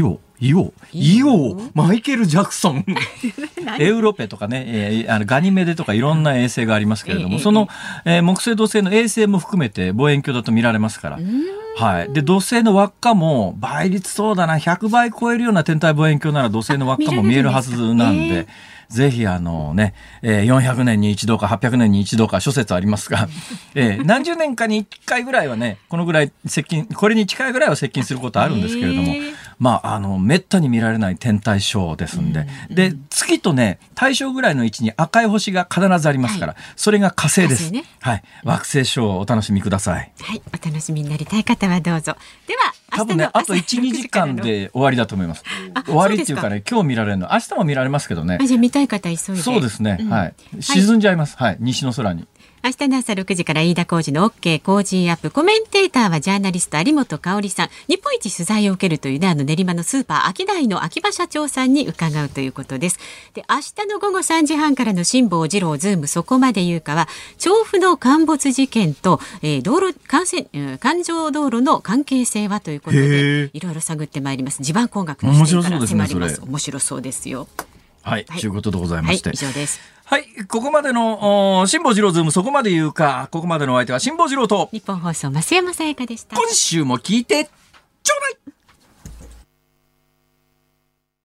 イオイオマイケル・ジャクソンエウロペとかね、えー、あのガニメデとかいろんな衛星がありますけれども、えー、その、えー、木星土星の衛星も含めて望遠鏡だと見られますから、はい、で土星の輪っかも倍率そうだなひゃくばい超えるような天体望遠鏡なら土星の輪っかも見えるはずなんで、ぜひあのね、えー、よんひゃくねんに一度かはっぴゃくねんに一度か諸説ありますが、えー、何十年かにいっかいぐらいはねこのぐらい接近これに近いぐらいは接近することあるんですけれども、まああのめったに見られない天体ショーですんで、うん、で月とね大正ぐらいの位置に赤い星が必ずありますから、はい、それが火星です、ね、はい、惑星ショーをお楽しみください。
はい、お楽しみになりたい方はどうぞ。では
多分ねあと いちにじかんで終わりだと思います。終わりっていうかね今日見られるの明日も見られますけどね。
あ、じゃあ見たい方急いで。
そうですね、うん、はい、沈んじゃいます、はい、西の空に。
明日の朝ろくじから飯田浩司の OK 工事アップ。コメンテーターはジャーナリスト有本香里さん。日本一取材を受けるというね、あの練馬のスーパーアキダイの秋葉社長さんに伺うということです。で、明日の午後さんじはんからの辛坊治郎ズームそこまで言うかは、調布の陥没事件と、えー、道路幹線、環状道路の関係性はということで、いろいろ探ってまいります。地盤工学の視点から迫ります。面白そうですよ。
はい、と、はい、いうことでございまして、
はい、以上です。
はい、ここまでの辛坊治郎ズームそこまで言うか、ここまでのお相手は辛坊治郎と
日本放送増山さやかでした。
今週も聞いて